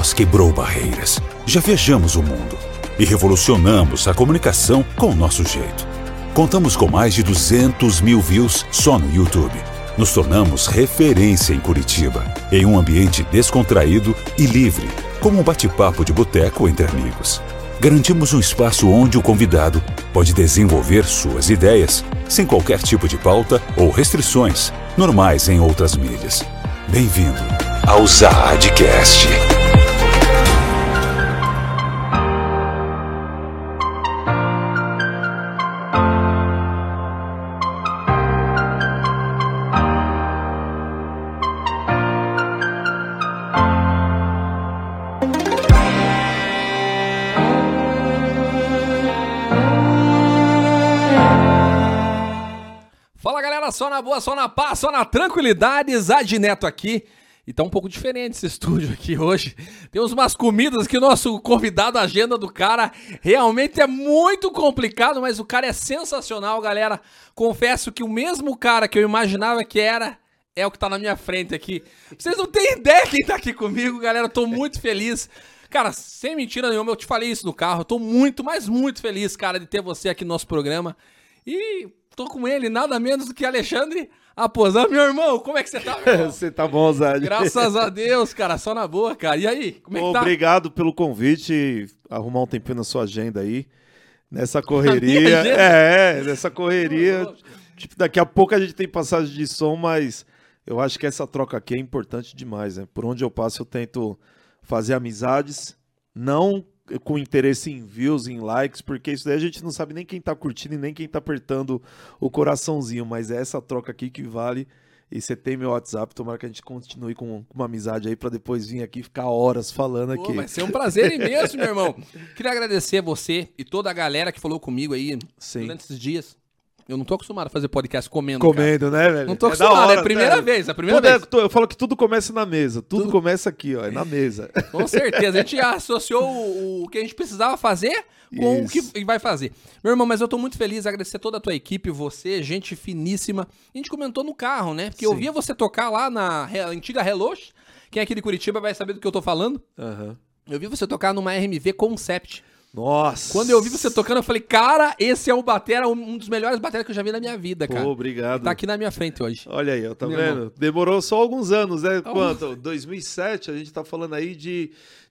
voz quebrou barreiras. Já viajamos o mundo e revolucionamos a comunicação com o nosso jeito. Contamos com mais de 200 mil views só no YouTube. Nos tornamos referência em Curitiba, em um ambiente descontraído e livre, como um bate-papo de boteco entre amigos. Garantimos um espaço onde o convidado pode desenvolver suas ideias, sem qualquer tipo de pauta ou restrições, normais em outras mídias. Bem-vindo ao Zaadcast. Só na boa, só na paz, só na tranquilidade, Zad Neto aqui. E tá um pouco diferente esse estúdio aqui hoje. Temos umas comidas que o nosso convidado, a agenda do cara realmente é muito complicado, mas o cara é sensacional, galera. Confesso que o mesmo cara que eu imaginava que era, é o que tá na minha frente aqui. Vocês não têm ideia quem tá aqui comigo, galera. Eu tô muito feliz. Cara, sem mentira nenhuma, eu te falei isso no carro. Eu tô muito, mas muito feliz, cara, de ter você aqui no nosso programa. E tô com ele, nada menos do que Alexandre Aposan. Meu irmão, como é que você tá, meu irmão? Você tá bom, Zad? Graças a Deus, cara, só na boa, cara. E aí, como é que tá? Obrigado pelo convite, arrumar um tempinho na sua agenda aí. Nessa correria. Nessa correria. Tipo, daqui a pouco a gente tem passagem de som, mas eu acho que essa troca aqui é importante demais, né? Por onde eu passo, eu tento fazer amizades, não com interesse em views, em likes, porque isso daí a gente não sabe nem quem tá curtindo e nem quem tá apertando o coraçãozinho, mas é essa troca aqui que vale. E você tem meu WhatsApp, tomara que a gente continue com uma amizade aí pra depois vir aqui e ficar horas falando aqui. Vai ser um prazer imenso, meu irmão. Queria agradecer a você e toda a galera que falou comigo aí durante esses dias. Eu não tô acostumado a fazer podcast comendo, cara. Né, velho? Não tô acostumado, é a primeira vez, Eu falo que tudo começa na mesa, tudo começa aqui, ó, é na mesa. Com certeza, a gente associou o que a gente precisava fazer com o que vai fazer. Meu irmão, mas eu tô muito feliz, agradecer toda a tua equipe, você, gente finíssima. A gente comentou no carro, né? Porque eu via você tocar lá na antiga Relox. Quem é aqui de Curitiba vai saber do que eu tô falando. Eu vi você tocar numa RMV Concept. Nossa! Quando eu vi você tocando, eu falei, cara, esse é o batera, um dos melhores bateras que eu já vi na minha vida, cara. Pô, obrigado. Tá aqui na minha frente hoje. Olha aí, ó, tá vendo? Demorou só alguns anos, né? Quanto? 2007, a gente tá falando aí de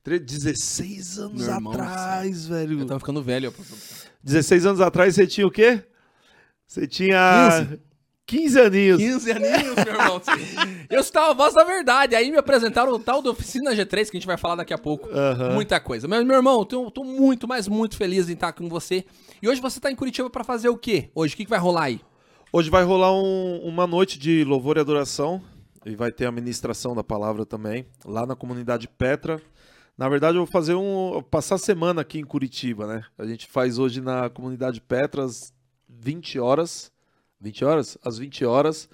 16 anos atrás, velho. Eu tava ficando velho. 16 anos atrás, você tinha o quê? Você tinha 15 aninhos. 15 aninhos, meu irmão. Eu estava a voz da verdade. Aí me apresentaram o tal da Oficina G3, que a gente vai falar daqui a pouco. Muita coisa. Mas, meu irmão, eu tô muito, mas muito feliz em estar com você. E hoje você tá em Curitiba pra fazer o quê? Hoje, o que vai rolar aí? Hoje vai rolar uma noite de louvor e adoração. E vai ter a ministração da palavra também, lá na comunidade Petra. Na verdade, eu vou fazer passar a semana aqui em Curitiba, né? A gente faz hoje na comunidade Petra às 20 horas. 20 horas? Às 20 horas.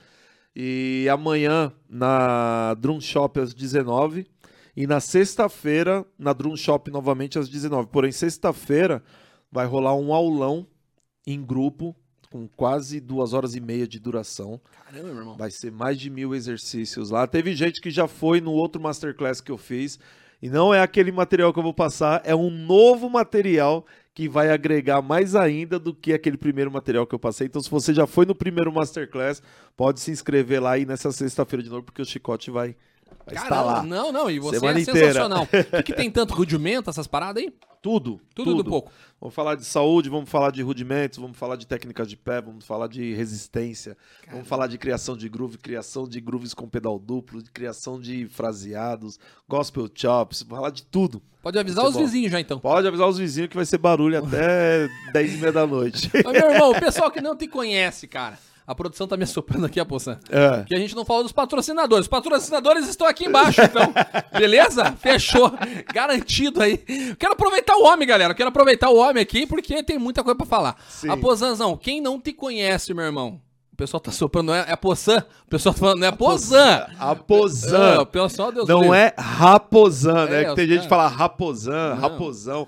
E amanhã na Drum Shop às 19. E na sexta-feira na Drum Shop novamente às 19. Porém, sexta-feira vai rolar um aulão em grupo com quase 2h30 de duração. Caramba, meu irmão. Vai ser mais de 1000 exercícios lá. Teve gente que já foi no outro Masterclass que eu fiz. E não é aquele material que eu vou passar, é um novo material que vai agregar mais ainda do que aquele primeiro material que eu passei. Então, se você já foi no primeiro Masterclass, pode se inscrever lá aí nessa sexta-feira de novo, porque o chicote vai estar lá. Não, e você semana é inteira. Sensacional. O que tem tanto rudimento, essas paradas aí? Tudo do pouco. Vamos falar de saúde, vamos falar de rudimentos, vamos falar de técnicas de pé, vamos falar de resistência, vamos falar de criação de grooves com pedal duplo, de criação de fraseados, gospel chops, vamos falar de tudo. Pode avisar os vizinhos já, então. Pode avisar os vizinhos que vai ser barulho até 10h30 da noite. Mas, meu irmão, o pessoal que não te conhece, cara, a produção tá me assoprando aqui, Aposan. Que a gente não falou dos patrocinadores. Os patrocinadores estão aqui embaixo, então. Beleza? Fechou. Garantido aí. Quero aproveitar o homem, galera. Quero aproveitar o homem aqui, porque tem muita coisa pra falar. Aposanzão, quem não te conhece, meu irmão? O pessoal tá soprando, é Aposan. O pessoal tá falando, não é Aposan. Aposan. O pessoal, Deus não é Raposan, né? Que tem gente que fala Não. Raposan, Raposão.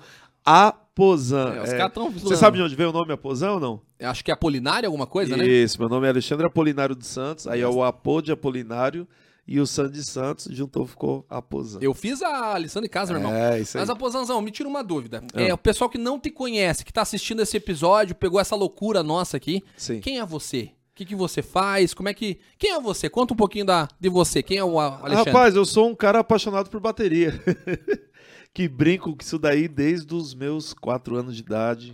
Aposan. Os caras tão... Você sabe de onde veio o nome Aposan ou não? Eu acho que é Apolinário alguma coisa, né? Isso, meu nome é Alexandre Apolinário dos Santos, aí é o Apô de Apolinário e o Sandy Santos, juntou, ficou Aposan. Eu fiz a lição de casa, meu irmão. Isso aí. Mas, Aposanzão, me tira uma dúvida. O pessoal que não te conhece, que tá assistindo esse episódio, pegou essa loucura nossa aqui. Sim. Quem é você? O que você faz? Quem é você? Conta um pouquinho de você. Quem é o Alexandre? Rapaz, eu sou um cara apaixonado por bateria. Que brinco com isso daí desde os meus 4 anos de idade.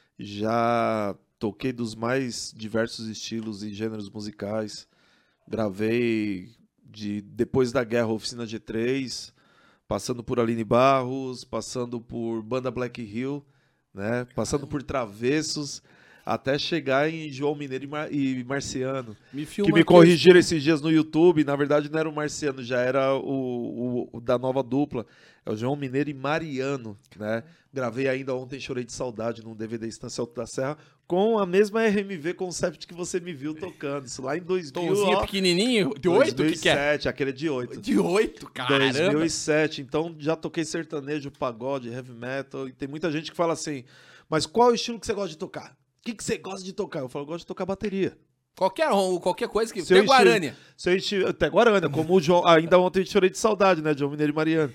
Já toquei dos mais diversos estilos e gêneros musicais. Gravei depois da guerra Oficina G3, passando por Aline Barros, passando por Banda Black Hill, né? Passando por Travessos, até chegar em João Mineiro e Marciano. Que me corrigiram esses dias no YouTube. Na verdade, não era o Marciano, já era o da nova dupla. É o João Mineiro e Mariano, né? Gravei ainda Ontem Chorei de Saudade num DVD Estância Alto da Serra com a mesma RMV Concept que você me viu tocando. Isso lá em 2000. Tomzinho pequenininho, de 8? 2007, aquele é de 8. De 8, caramba. 2007, então já toquei sertanejo, pagode, heavy metal. E tem muita gente que fala assim, mas qual é o estilo que você gosta de tocar? O que você gosta de tocar? Eu falo, eu gosto de tocar bateria. Qualquer coisa que... Até Guarânia. Até Guarânia, como o João... Ainda ontem eu chorei de saudade, né? João Mineiro e Mariano.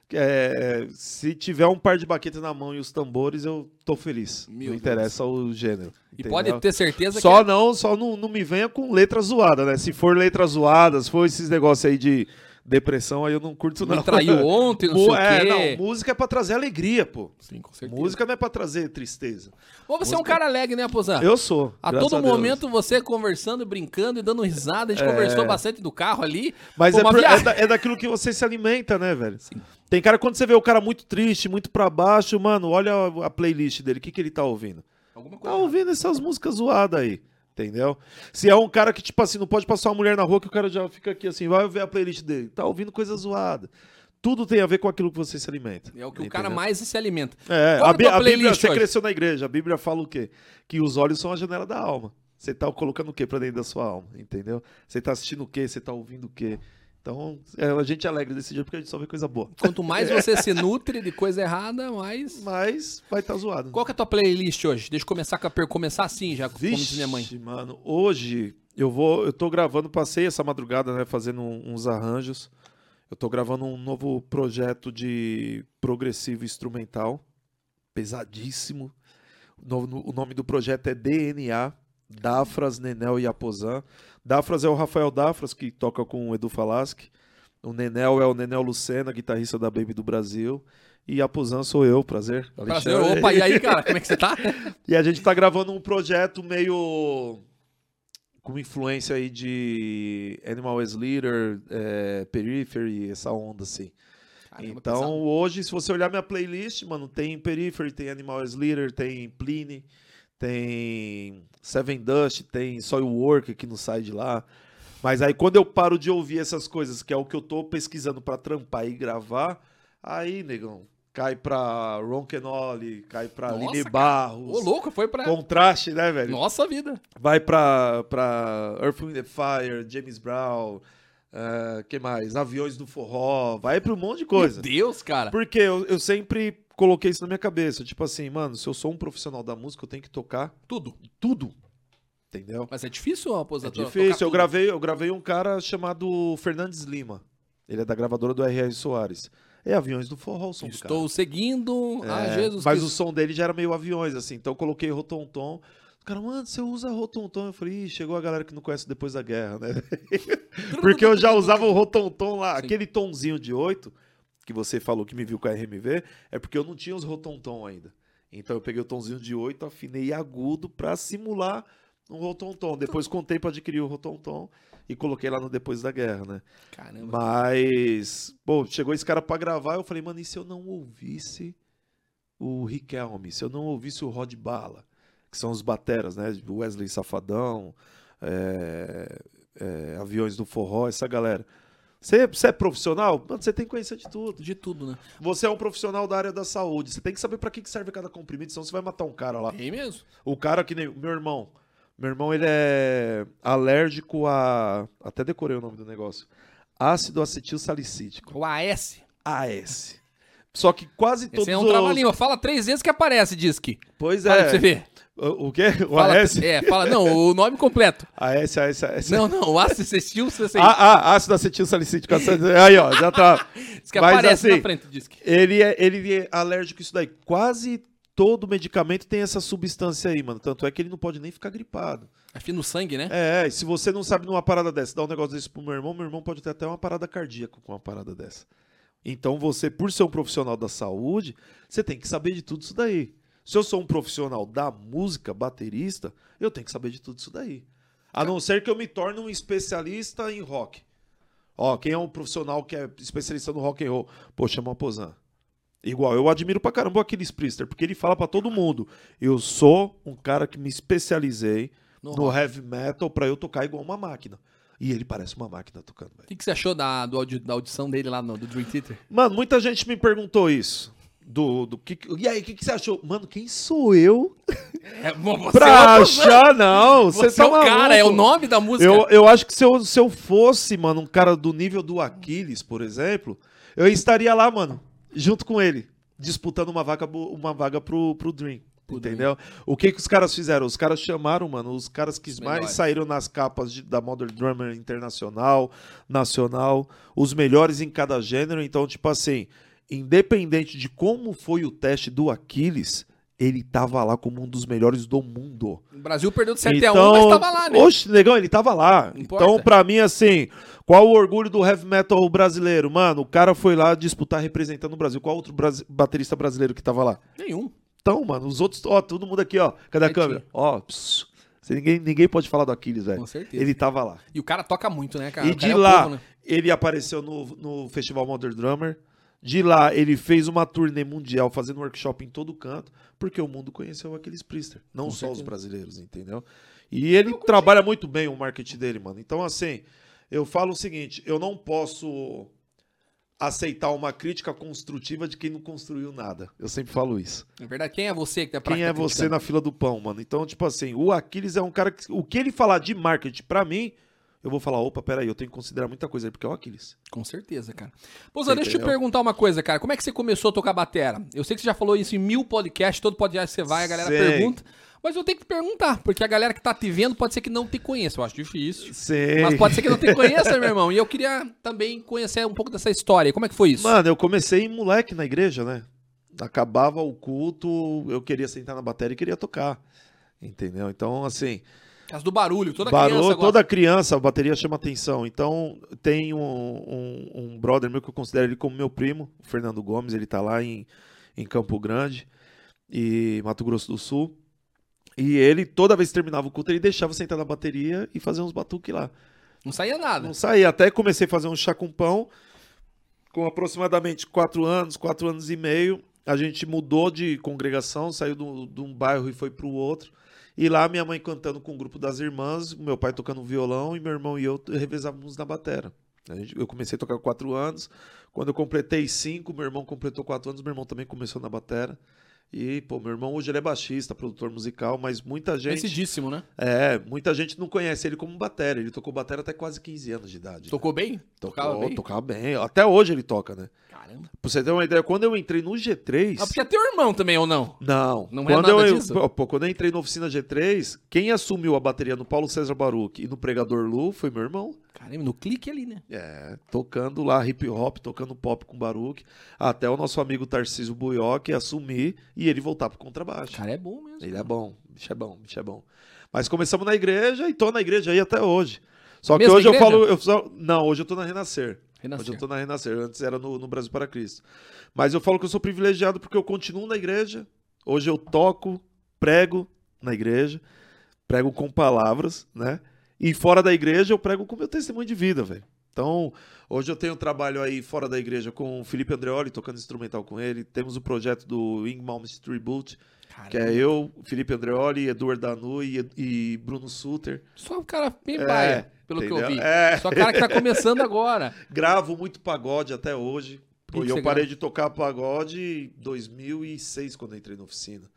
Se tiver um par de baquetas na mão e os tambores, eu tô feliz. Não interessa o gênero. E pode ter certeza só não me venha com letra zoada, né? Se for letra zoada, se for esses negócios aí de depressão, aí eu não curto não. Me traiu ontem, não sei o quê. Não, música é pra trazer alegria, pô. Sim, com certeza. Música não é pra trazer tristeza. Ou você é um cara alegre, né, Aposan? Eu sou. A todo momento você conversando, brincando e dando risada. A gente conversou bastante do carro ali. Mas é daquilo que você se alimenta, né, velho? Sim. Tem cara, quando você vê o cara muito triste, muito pra baixo, mano, olha a playlist dele. O que ele tá ouvindo? Alguma coisa. Tá ouvindo essas músicas zoadas aí. Entendeu? Se é um cara que, tipo assim, não pode passar uma mulher na rua que o cara já fica aqui assim, vai ver a playlist dele. Tá ouvindo coisa zoada. Tudo tem a ver com aquilo que você se alimenta. É o que o cara mais se alimenta. A Bíblia, você cresceu na igreja, a Bíblia fala o quê? Que os olhos são a janela da alma. Você tá colocando o quê pra dentro da sua alma, entendeu? Você tá assistindo o quê? Você tá ouvindo o quê? Então, a gente é alegre desse dia porque a gente só vê coisa boa. Quanto mais você se nutre de coisa errada, mais vai estar zoado. Qual que é a tua playlist hoje? Deixa eu começar assim já, como diz minha mãe. Mano, hoje eu tô gravando, passei essa madrugada, né, fazendo uns arranjos. Eu tô gravando um novo projeto de progressivo instrumental, pesadíssimo. O nome do projeto é DNA, Dafras, Nenel e Aposan. Dafras é o Rafael Dafras, que toca com o Edu Falaschi. O Nenel é o Nenel Lucena, guitarrista da Baby do Brasil. E Aposan sou eu, prazer. Prazer, opa, e aí, cara, como é que você tá? E a gente tá gravando um projeto meio com influência aí de Animal as Leader, Periphery, essa onda assim. Caramba, então, pesado. Hoje, se você olhar minha playlist, mano, tem Periphery, tem Animal as Leader, tem Pliny, tem Seven Dust, tem Soilwork que não sai de lá. Mas aí quando eu paro de ouvir essas coisas, que é o que eu tô pesquisando pra trampar e gravar, aí, negão, cai pra Ron Kenoly, cai pra Aline Barros. Ô, louco, foi pra... Contraste, né, velho? Nossa vida. Vai pra Earth, Wind & Fire, James Brown, que mais? Aviões do Forró, vai pra um monte de coisa. Meu Deus, cara. Porque eu sempre coloquei isso na minha cabeça, tipo assim, mano, se eu sou um profissional da música, eu tenho que tocar tudo. Entendeu? Mas é difícil, aposentar. É difícil. Eu gravei um cara chamado Fernandes Lima. Ele é da gravadora do R.R. Soares. É Aviões do Forró o som do cara. Estou seguindo a Jesus Mas o som dele já era meio aviões, assim. Então eu coloquei Rotom-Tom. O cara, mano, você usa Rotom-Tom? Eu falei, chegou a galera que não conhece depois da guerra, né? Porque eu já usava o Rotom-Tom lá. Sim. Aquele tomzinho de 8, que você falou que me viu com a RMV, é porque eu não tinha os Rotom-Tom ainda. Então eu peguei o tomzinho de 8, afinei agudo pra simular um Rotom-Tom. Depois com o tempo adquiri o Rotom-Tom e coloquei lá no Depois da Guerra, né? Caramba. Mas, pô, chegou esse cara pra gravar, eu falei, mano, e se eu não ouvisse o Riquelme? Se eu não ouvisse o Rod Bala? Que são os bateras, né? Wesley Safadão, Aviões do Forró, essa galera. Você é profissional? Mano, você tem que conhecer de tudo. De tudo, né? Você é um profissional da área da saúde. Você tem que saber pra que serve cada comprimido, senão você vai matar um cara lá. É mesmo? O cara que nem... Meu irmão, ele é alérgico a... Até decorei o nome do negócio. Ácido acetil salicílico. O AS. AS. Só que quase todos esse é um trabalhinho. Fala 3 vezes que aparece, diz que. Pois é. Pra você ver. O quê? O Fala, AS? fala, não, o nome completo. AS. Não, o ácido acetilsalicílico. Ácido acetilsalicílico. Aí, ó, já tá. Diz que Mas, aparece assim, na frente, diz que. Ele é alérgico a isso daí. Quase todo medicamento tem essa substância aí, mano. Tanto é que ele não pode nem ficar gripado. Afina no sangue, né? E se você não sabe numa parada dessa, dar um negócio desse pro meu irmão pode ter até uma parada cardíaca com uma parada dessa. Então você, por ser um profissional da saúde, você tem que saber de tudo isso daí. Se eu sou um profissional da música, baterista, eu tenho que saber de tudo isso daí. A não ser que eu me torne um especialista em rock. Ó, quem é um profissional que é especialista no rock and roll? Pô, chama o Aposan. Igual, eu admiro pra caramba o Aquiles Priester, porque ele fala pra todo mundo, eu sou um cara que me especializei no heavy metal pra eu tocar igual uma máquina. E ele parece uma máquina tocando, velho. O que você achou da audição dele lá do Dream Theater? Mano, muita gente me perguntou isso. E aí, o que você achou? Mano, quem sou eu pra achar? Não, você tá é o cara, maluco. é o nome da música. Eu acho que se eu fosse, mano, um cara do nível do Aquiles, por exemplo, eu estaria lá, mano, junto com ele, disputando uma vaga pro Dream. Entendeu? O que os caras fizeram? Os caras chamaram, mano, os caras que mais saíram nas capas da Modern Drummer Internacional, Nacional, os melhores em cada gênero. Então, tipo assim, independente de como foi o teste do Aquiles, ele tava lá como um dos melhores do mundo. O Brasil perdeu de 7-1, mas tava lá, né? Oxe, negão, ele tava lá. Então, pra mim, assim, qual o orgulho do heavy metal brasileiro? Mano, o cara foi lá disputar representando o Brasil. Qual outro baterista brasileiro que tava lá? Nenhum. Então, mano, os outros, ó, todo mundo aqui, ó. Cadê a câmera? Ó, ninguém pode falar do Aquiles, velho. Com certeza. Ele tava lá. E o cara toca muito, né, cara? E de lá, povo, né? Ele apareceu no Festival Modern Drummer. De lá, ele fez uma turnê mundial, fazendo workshop em todo canto, porque o mundo conheceu o Aquiles Priester. Não só os brasileiros, entendeu? E ele trabalha muito bem o marketing dele, mano. Então, assim, eu falo o seguinte, eu não posso aceitar uma crítica construtiva de quem não construiu nada. Eu sempre falo isso. É verdade. Quem é você que tá pra Quem é você na fila do pão, mano? Então, tipo assim, o Aquiles é um cara que... O que ele falar de marketing pra mim, eu vou falar, opa, peraí, eu tenho que considerar muita coisa aí, porque é o Aquiles. Com certeza, cara. Pô, Zé, deixa eu te perguntar uma coisa, cara. Como é que você começou a tocar batera? Eu sei que você já falou isso em 1000 podcasts, todo podcast que você vai, a galera pergunta. Mas eu tenho que te perguntar, porque a galera que tá te vendo pode ser que não te conheça. Eu acho difícil. Sei. Mas pode ser que não te conheça, meu irmão. E eu queria também conhecer um pouco dessa história. Como é que foi isso? Mano, eu comecei moleque na igreja, né? Acabava o culto, eu queria sentar na bateria e queria tocar. Entendeu? Então, assim... Caso do barulho, toda criança, a bateria chama atenção. Então, tem um brother meu que eu considero ele como meu primo, o Fernando Gomes, ele tá lá em Campo Grande, e Mato Grosso do Sul. E ele, toda vez que terminava o culto, ele deixava sentar na bateria e fazer uns batuques lá. Não saía nada. Não saía. Até comecei a fazer um chá com pão. Com aproximadamente 4 anos e meio, a gente mudou de congregação, saiu de um bairro e foi para o outro. E lá minha mãe cantando com o grupo das irmãs, meu pai tocando violão e meu irmão e eu revezávamos na batera. Eu comecei a tocar com 4 anos. Quando eu completei 5, meu irmão completou 4 anos, meu irmão também começou na batera. E, pô, meu irmão hoje ele é baixista, produtor musical, mas muita gente... Conhecidíssimo, né? Muita gente não conhece ele como batera. Ele tocou batera até quase 15 anos de idade. Tocou bem? Tocava bem. Até hoje ele toca, né? Caramba. Pra você ter uma ideia, quando eu entrei no G3... Ah, porque é teu irmão também, ou não? Não. Não é nada disso? Quando eu entrei na oficina G3, quem assumiu a bateria no Paulo César Baruch e no Pregador Lu foi meu irmão. Caramba, no clique ali, né? Tocando lá hip hop, tocando pop com Baruch, até o nosso amigo Tarcísio Buioc assumir e ele voltar pro contrabaixo. Cara, é bom mesmo. Ele é bom, bicho é bom. Mas começamos na igreja e tô na igreja aí até hoje. Só que hoje igreja? Não, hoje eu tô na Renascer. Hoje eu tô na Renascer, antes era no Brasil para Cristo. Mas eu falo que eu sou privilegiado porque eu continuo na igreja, hoje eu toco, prego na igreja, prego com palavras, né? E fora da igreja eu prego com meu testemunho de vida, velho. Então, hoje eu tenho trabalho aí fora da igreja com o Felipe Andreoli, tocando instrumental com ele. Temos o projeto do Wing Malmsteen Tribute, que é eu, Felipe Andreoli, Eduardo Danu e Bruno Suter. Só um cara bem baia, pelo entendeu? que eu vi. Só cara que tá começando agora. Gravo muito pagode até hoje. E eu parei de tocar pagode em 2006, quando eu entrei na oficina.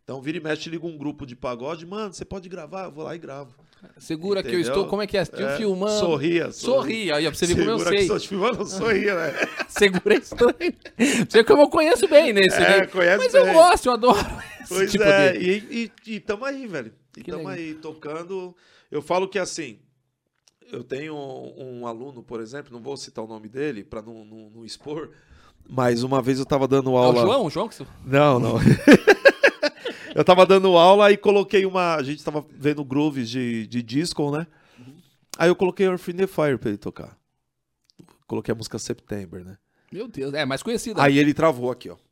Então, vira e mexe, liga um grupo de pagode. Mano, você pode gravar? Eu vou lá e gravo. Segura Entendeu? que eu estou... Como é que é? Estou filmando. Sorria. Aí, pra você ver como eu sei. Segura que estou te filmando, sorria, né? Segura estou... Você como eu conheço bem, né? Conhece Mas bem. eu gosto, eu adoro esse Pois tipo é, dele. e tamo aí, velho. E tamo aí, tocando. Eu falo que, assim, eu tenho um aluno, por exemplo, não vou citar o nome dele pra não expor, mas uma vez eu tava dando aula... É o João? Não. Eu tava dando aula e coloquei a gente tava vendo grooves de disco, né? Aí eu coloquei Earth, Wind & Fire pra ele tocar. Coloquei a música September, né? Meu Deus, é mais conhecida. Aí ele travou aqui, ó.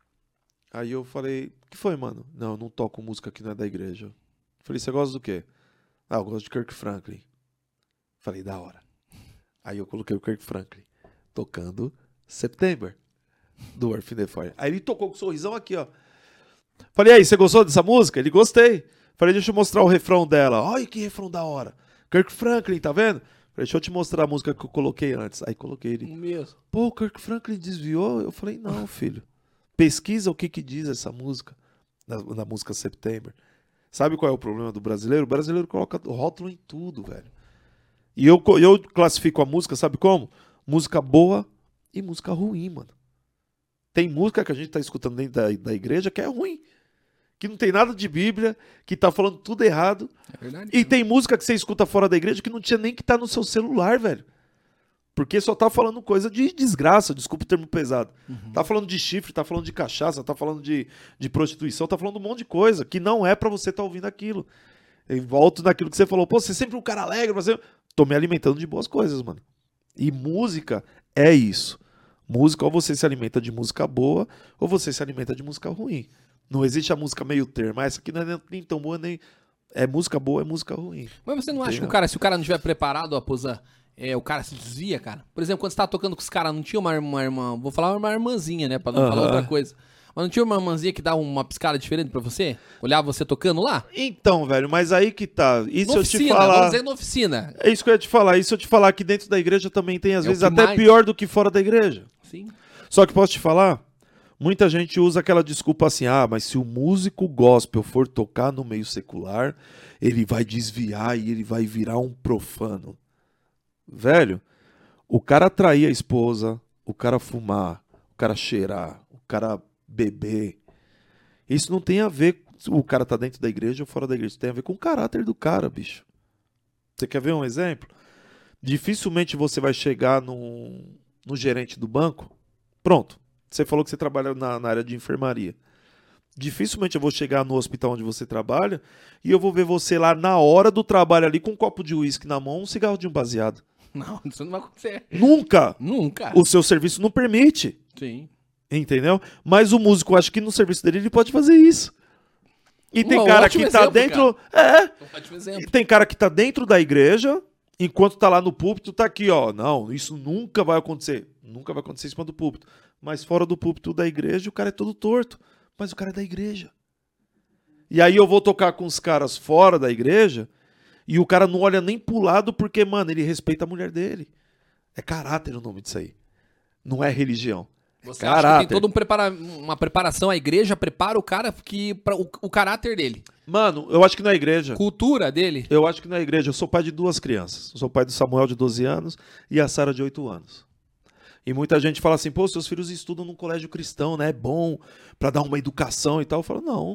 Aí eu falei, o que foi, mano? Não, eu não toco música que não é da igreja. Eu falei, você gosta do quê? Ah, eu gosto de Kirk Franklin. Falei, da hora. Aí eu coloquei o Kirk Franklin tocando September, do Earth, Wind & Fire. Aí ele tocou com um sorrisão aqui, ó. Falei, aí, você gostou dessa música? Ele, gostei. Falei, deixa eu mostrar o refrão dela. Olha que refrão da hora. Kirk Franklin, tá vendo? Falei, deixa eu te mostrar a música que eu coloquei antes. Aí coloquei ele. Mesmo. Pô, o Kirk Franklin desviou? Eu falei, não, filho. Pesquisa o que diz essa música, na música September. Sabe qual é o problema do brasileiro? O brasileiro coloca rótulo em tudo, velho. E eu classifico a música, sabe como? Música boa e música ruim, mano. Tem música que a gente tá escutando dentro da igreja que é ruim. Que não tem nada de Bíblia, que tá falando tudo errado. É verdade. E tem música que você escuta fora da igreja que não tinha nem que tá no seu celular, velho. Porque só tá falando coisa de desgraça, desculpa o termo pesado. Tá falando de chifre, tá falando de cachaça, tá falando de prostituição, tá falando de um monte de coisa que não é pra você tá ouvindo aquilo. Eu volto naquilo que você falou, pô, você é sempre um cara alegre, você... Tô me alimentando de boas coisas, mano. E música é isso. Música, ou você se alimenta de música boa, ou você se alimenta de música ruim. Não existe a música meio termo. Essa aqui não é nem tão boa, nem... É música boa, é música ruim. Mas você não acha que se o cara não estiver preparado, Aposan, o cara se desvia, cara? Por exemplo, quando você tá tocando com os caras, não tinha uma irmã... Vou falar uma irmãzinha, né? Pra não falar outra coisa. Mas não tinha uma irmãzinha que dá uma piscada diferente pra você? Olhar você tocando lá? Então, velho, mas aí que tá. Isso na eu te falar... vamos dizer na oficina. É isso que eu ia te falar. Isso eu te falar que dentro da igreja também tem, às vezes, até mais... pior do que fora da igreja. Sim. Só que posso te falar, muita gente usa aquela desculpa assim, mas se o músico gospel for tocar no meio secular, ele vai desviar e ele vai virar um profano. Velho, o cara trair a esposa, o cara fumar, o cara cheirar, o cara beber, isso não tem a ver com o cara tá dentro da igreja ou fora da igreja, isso tem a ver com o caráter do cara, bicho. Você quer ver um exemplo? Dificilmente você vai chegar no gerente do banco. Pronto, você falou que você trabalha na área de enfermaria. Dificilmente eu vou chegar no hospital onde você trabalha e eu vou ver você lá na hora do trabalho ali com um copo de uísque na mão, um cigarro de um baseado. Não, isso não vai acontecer. Nunca! Nunca. O seu serviço não permite. Sim. Entendeu? Mas o músico, acho que no serviço dele ele pode fazer isso. E tem cara que tá dentro... E tem cara que tá dentro da igreja, enquanto tá lá no púlpito, tá aqui, ó. Não, isso nunca vai acontecer. Nunca vai acontecer em cima do púlpito. Mas fora do púlpito da igreja, o cara é todo torto. Mas o cara é da igreja. E aí eu vou tocar com os caras fora da igreja e o cara não olha nem pro lado porque, mano, ele respeita a mulher dele. É caráter o nome disso aí. Não é religião. Você acha que tem toda uma preparação, a igreja prepara o cara para o caráter dele? Mano, eu acho que não é igreja. Cultura dele? Eu acho que não é igreja. Eu sou pai de 2 crianças. Eu sou pai do Samuel, de 12 anos, e a Sara, de 8 anos. E muita gente fala assim, pô, seus filhos estudam num colégio cristão, né? É bom pra dar uma educação e tal. Eu falo, não.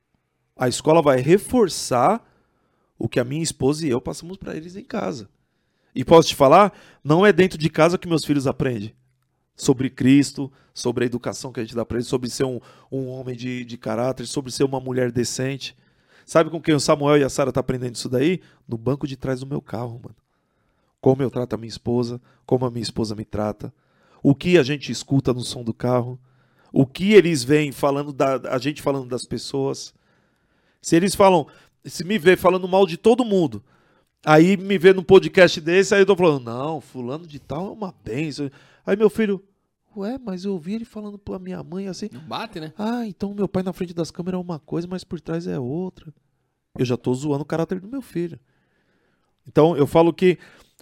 A escola vai reforçar o que a minha esposa e eu passamos pra eles em casa. E posso te falar, não é dentro de casa que meus filhos aprendem. Sobre Cristo, sobre a educação que a gente dá pra eles, sobre ser um homem de caráter, sobre ser uma mulher decente. Sabe com quem o Samuel e a Sara tá aprendendo isso daí? No banco de trás do meu carro, mano. Como eu trato a minha esposa, como a minha esposa me trata, o que a gente escuta no som do carro, o que eles veem falando a gente falando das pessoas. Se eles falam, se me vê falando mal de todo mundo, aí me vê num podcast desse, aí eu tô falando, não, fulano de tal é uma bênção. Aí meu filho, ué, mas eu ouvi ele falando pra minha mãe assim. Não bate, né? Ah, então meu pai na frente das câmeras é uma coisa, mas por trás é outra. Eu já tô zoando o caráter do meu filho. Então eu falo que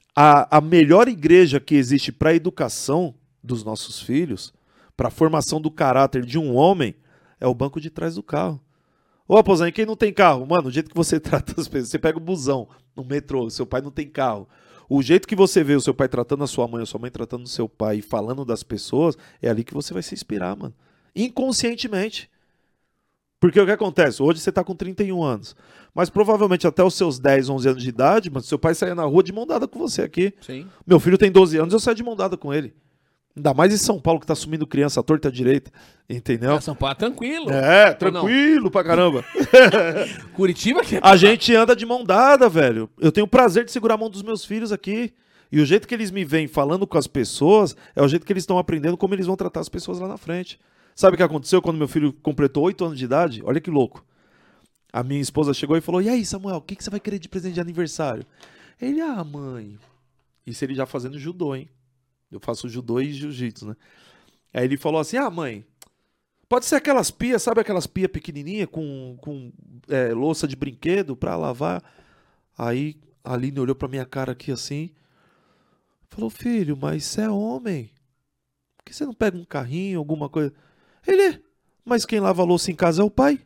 a melhor igreja que existe para a educação dos nossos filhos, para a formação do caráter de um homem, é o banco de trás do carro. Ô, Aposan, quem não tem carro? Mano, o jeito que você trata as pessoas, você pega o busão no metrô, seu pai não tem carro. O jeito que você vê o seu pai tratando a sua mãe, ou sua mãe tratando o seu pai e falando das pessoas, é ali que você vai se inspirar, mano. Inconscientemente. Porque o que acontece? Hoje você tá com 31 anos. Mas provavelmente até os seus 10, 11 anos de idade, mano, seu pai saia na rua de mão dada com você aqui. Sim. Meu filho tem 12 anos, eu saio de mão dada com ele. Ainda mais em São Paulo, que tá sumindo criança à torta à direita. Entendeu? São Paulo, tranquilo. É, tranquilo pra caramba. Curitiba que é... A gente anda de mão dada, velho. Eu tenho o prazer de segurar a mão dos meus filhos aqui. E o jeito que eles me veem falando com as pessoas é o jeito que eles estão aprendendo como eles vão tratar as pessoas lá na frente. Sabe o que aconteceu quando meu filho completou 8 anos de idade? Olha que louco. A minha esposa chegou e falou: e aí, Samuel, o que você vai querer de presente de aniversário? Ele, mãe... Isso ele já fazendo judô, hein? Eu faço judô e jiu-jitsu, né? Aí ele falou assim: mãe, pode ser aquelas pias, sabe aquelas pias pequenininhas com louça de brinquedo pra lavar? Aí a Aline olhou pra minha cara aqui assim, falou: filho, mas você é homem. Por que você não pega um carrinho, alguma coisa? Ele, mas quem lava a louça em casa é o pai.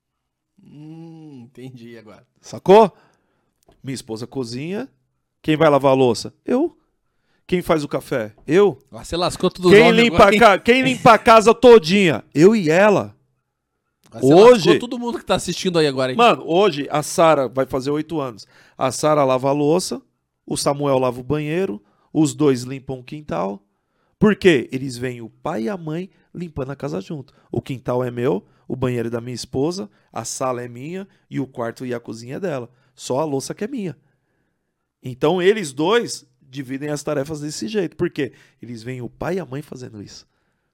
Entendi agora. Sacou? Minha esposa cozinha. Quem vai lavar a louça? Eu. Quem faz o café? Eu. Você lascou tudo. Quem limpa a casa todinha? Eu e ela. Você lascou todo mundo que tá assistindo aí agora. Hein? Mano, hoje a Sara vai fazer 8 anos. A Sara lava a louça, o Samuel lava o banheiro, os dois limpam o quintal. Por quê? Eles veem o pai e a mãe limpando a casa junto. O quintal é meu, o banheiro é da minha esposa, a sala é minha e o quarto e a cozinha é dela. Só a louça que é minha. Então eles dois dividem as tarefas desse jeito. Por quê? Eles veem o pai e a mãe fazendo isso.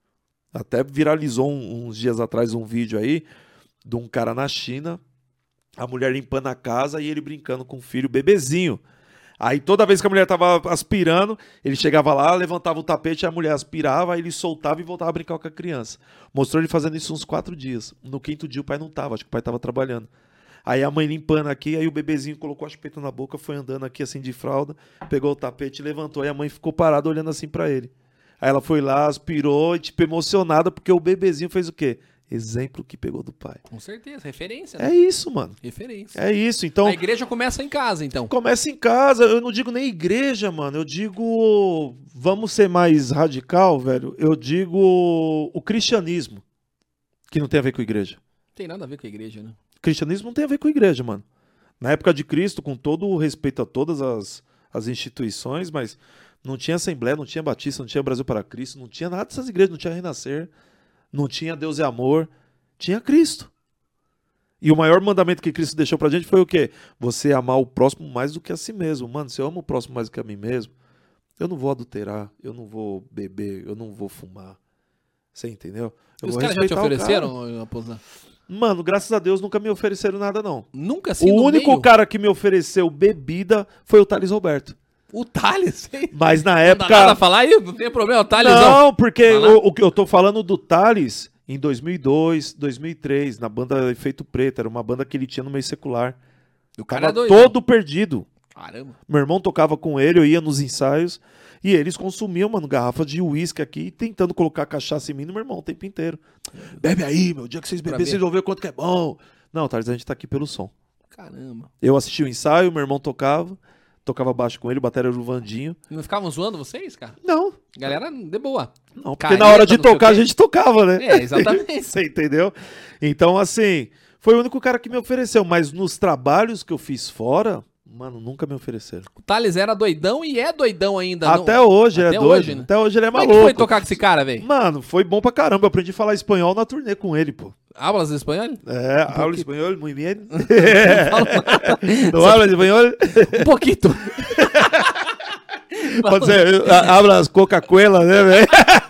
Até viralizou uns dias atrás um vídeo aí de um cara na China, a mulher limpando a casa e ele brincando com o filho bebezinho. Aí toda vez que a mulher tava aspirando, ele chegava lá, levantava o tapete, a mulher aspirava, aí ele soltava e voltava a brincar com a criança. Mostrou ele fazendo isso uns 4 dias. No 5º dia o pai não tava, acho que o pai tava trabalhando. Aí a mãe limpando aqui, aí o bebezinho colocou a chupeta na boca, foi andando aqui assim de fralda, pegou o tapete e levantou, aí a mãe ficou parada olhando assim pra ele. Aí ela foi lá, aspirou, e tipo, emocionada, porque o bebezinho fez o quê? Exemplo que pegou do pai. Com certeza, referência. Né? É isso, mano. Referência. É isso, então... A igreja começa em casa, então. Começa em casa, eu não digo nem igreja, mano, eu digo... Vamos ser mais radical, velho, eu digo o cristianismo, que não tem a ver com a igreja. Tem nada a ver com a igreja, né? Cristianismo não tem a ver com a igreja, mano. Na época de Cristo, com todo o respeito a todas as instituições, mas não tinha Assembleia, não tinha Batista, não tinha Brasil para Cristo, não tinha nada dessas igrejas, não tinha Renascer, não tinha Deus é Amor, tinha Cristo. E o maior mandamento que Cristo deixou pra gente foi o quê? Você amar o próximo mais do que a si mesmo. Mano, se eu amo o próximo mais do que a mim mesmo, eu não vou adulterar, eu não vou beber, eu não vou fumar. Você entendeu? Os caras já te ofereceram, Aposan? Mano, graças a Deus nunca me ofereceram nada, não. Nunca assim. O único cara que me ofereceu bebida foi o Thales Roberto. O Thales? Mas na época... Não dá nada a falar aí? Não tem problema, o Thales... Não, porque o que eu tô falando do Thales em 2002, 2003, na banda Efeito Preto. Era uma banda que ele tinha no meio secular. O cara tava é doido, todo perdido. Caramba. Meu irmão tocava com ele, eu ia nos ensaios. E eles consumiam, mano, garrafa de uísque aqui, tentando colocar cachaça em mim no meu irmão o tempo inteiro. Bebe aí, meu. O dia que vocês beberem, vocês vão ver o quanto que é bom. Não, Thales, a gente tá aqui pelo som. Caramba. Eu assisti o ensaio, meu irmão tocava baixo com ele, o batera era o Vandinho. Não ficavam zoando vocês, cara? Não. Galera, de boa. Não, porque na hora de tocar a gente tocava, né? É, exatamente. Você entendeu? Então, assim, foi o único cara que me ofereceu. Mas nos trabalhos que eu fiz fora, mano, nunca me ofereceram. O Thales era doidão e é doidão ainda. Até hoje, ele é doido. Hoje, né? Até hoje ele é maluco. Como é que foi tocar com esse cara, velho? Mano, foi bom pra caramba. Eu aprendi a falar espanhol na turnê com ele, pô. Hablas espanhol? É, hablo espanhol, muy bien. Não hablas espanhol? Um pouquinho. Pode ser, hablas Coca-Cola, né, velho?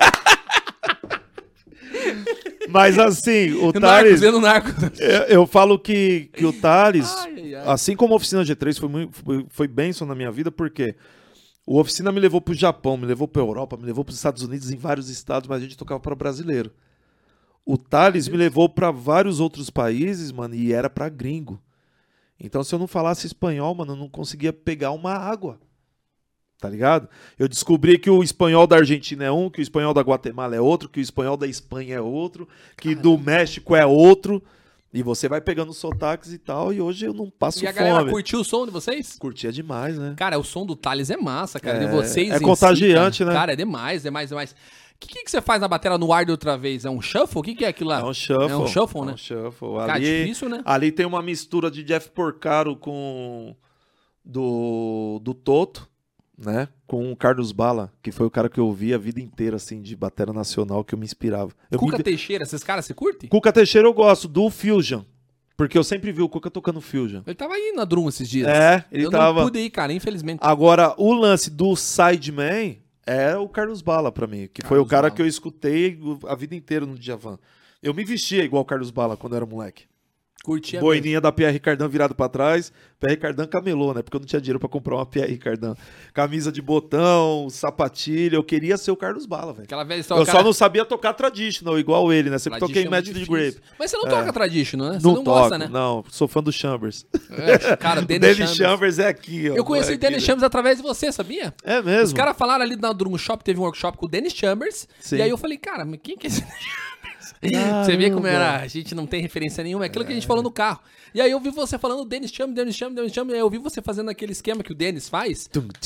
Mas assim, o Thales... Eu falo que o Thales, assim como a Oficina G3, foi bênção na minha vida, porque o Oficina me levou pro Japão, me levou pra Europa, me levou pros Estados Unidos, em vários estados, mas a gente tocava para brasileiro. O Thales me levou para vários outros países, mano, e era para gringo. Então, se eu não falasse espanhol, mano, eu não conseguia pegar uma água. Tá ligado? Eu descobri que o espanhol da Argentina é um, que o espanhol da Guatemala é outro, que o espanhol da Espanha é outro, que do México é outro. E você vai pegando os sotaques e tal, e hoje eu não passo fome. E a galera curtiu o som de vocês? Curtia demais, né? Cara, o som do Thales é massa, cara. De vocês é em contagiante, si, né? Cara, é demais. O que você faz na bateria no ar de outra vez? É um shuffle? O que é aquilo lá? É um shuffle. É um shuffle, né? É um shuffle. Cara, Ali, difícil, né? Ali tem uma mistura de Jeff Porcaro com do Toto, né? Com o Carlos Bala, que foi o cara que eu ouvi a vida inteira, assim, de bateria nacional, que eu me inspirava. Cuca Teixeira, esses caras, você curte? Cuca Teixeira eu gosto, do Fusion. Porque eu sempre vi o Cuca tocando Fusion. Ele tava aí na Drum esses dias. Ele eu tava. não pude ir, cara, infelizmente. Agora, o lance do Sideman é o Carlos Bala pra mim, que foi o cara que eu escutei a vida inteira no Djavan. Eu me vestia igual o Carlos Bala quando eu era moleque. Curtia Boininha da Pierre Cardin virado pra trás. Pierre Cardin camelô, né? Porque eu não tinha dinheiro pra comprar uma Pierre Cardin. Camisa de botão, sapatilha. Eu queria ser o Carlos Bala, velho. Aquela velha história. Eu só não sabia tocar traditional, igual ele, né? Sempre toquei Magic de Grape. Mas você não toca traditional, né? Você não não toco, gosta, né? Não, sou fã do Chambers. Cara, o Dennis Chambers é aqui, ó. Eu conheci o Dennis Chambers através de você, sabia? É mesmo? Os caras falaram ali na Drum Shop, teve um workshop com o Dennis Chambers. Sim. E aí eu falei, cara, mas quem que é esse Dennis Chambers? Você vê como era, a gente não tem referência nenhuma, é aquilo que a gente falou no carro. E aí eu vi você falando Dennis Chambers, e aí eu vi você fazendo aquele esquema que o Dennis faz.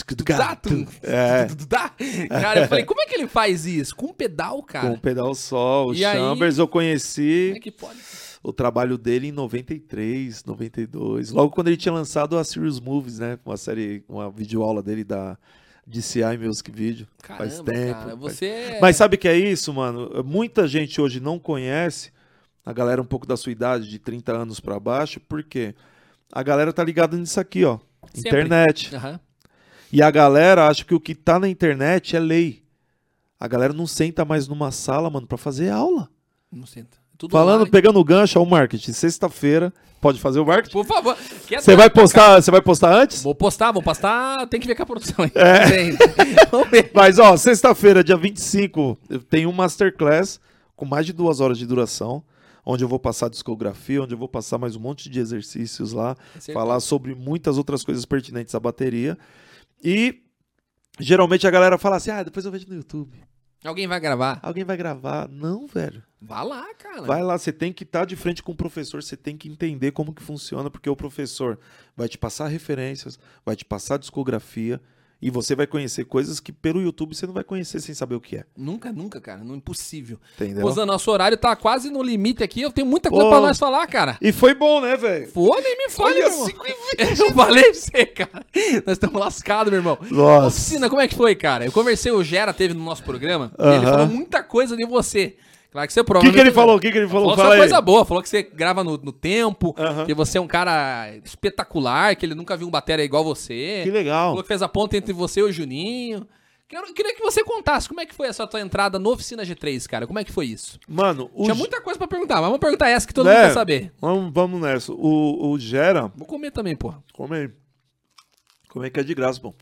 Cara, eu falei, como é que ele faz isso? Com um pedal, cara? Com um pedal só. O E Chambers aí, eu conheci como é que pode? o trabalho dele em 93, 92. Logo quando ele tinha lançado a Serious Movies, né? Uma série, uma videoaula dele da DCI Music Video. Caramba, faz tempo. cara, você... Mas sabe o que é isso, mano? Muita gente hoje não conhece, a galera um pouco da sua idade, de 30 anos pra baixo, porque a galera tá ligada nisso aqui, ó. Sempre. Internet. Uhum. E a galera acha que o que tá na internet é lei. A galera não senta mais numa sala, mano, pra fazer aula. Não senta. Tudo Falando, online. pegando o gancho ao marketing. Sexta-feira, pode fazer o marketing? Por favor. Você vai postar antes? Vou postar. Tem que ver com a produção aí. Vamos ver. Mas, ó, sexta-feira, dia 25, eu tenho um masterclass com mais de 2 horas de duração, onde eu vou passar discografia, onde eu vou passar mais um monte de exercícios lá, falar sobre muitas outras coisas pertinentes à bateria. E, geralmente, a galera fala assim, depois eu vejo no YouTube. Alguém vai gravar? Alguém vai gravar. Não, velho. Vai lá, cara. Vai lá, você tem que estar de frente com o professor, você tem que entender como que funciona, porque o professor vai te passar referências, vai te passar discografia, e você vai conhecer coisas que pelo YouTube você não vai conhecer sem saber o que é. Nunca, cara. Não é impossível. Entendeu? Pois nosso horário tá quase no limite aqui, eu tenho muita coisa pra nós falar, cara. E foi bom, né, velho? Foi, nem me fale, Olha, meu irmão. 5h20. Eu falei pra você, cara. Nós estamos lascados, meu irmão. Nossa. Oficina, como é que foi, cara? Eu conversei, o Gera teve no nosso programa, e ele falou muita coisa de você. Claro que você prova. O que ele falou? O que ele falou? Falou só coisa boa. Falou que você grava no tempo, Aham. que você é um cara espetacular, que ele nunca viu um bateria igual você. Que legal. Falou que fez a ponta entre você e o Juninho. Queria que você contasse como é que foi essa tua entrada no Oficina G3, cara. Como é que foi isso? Mano, Tinha muita coisa pra perguntar, mas vamos perguntar essa que todo mundo quer saber. Vamos nessa. O Gera... Vou comer também, porra. Come aí. Come aí que é de graça, pô.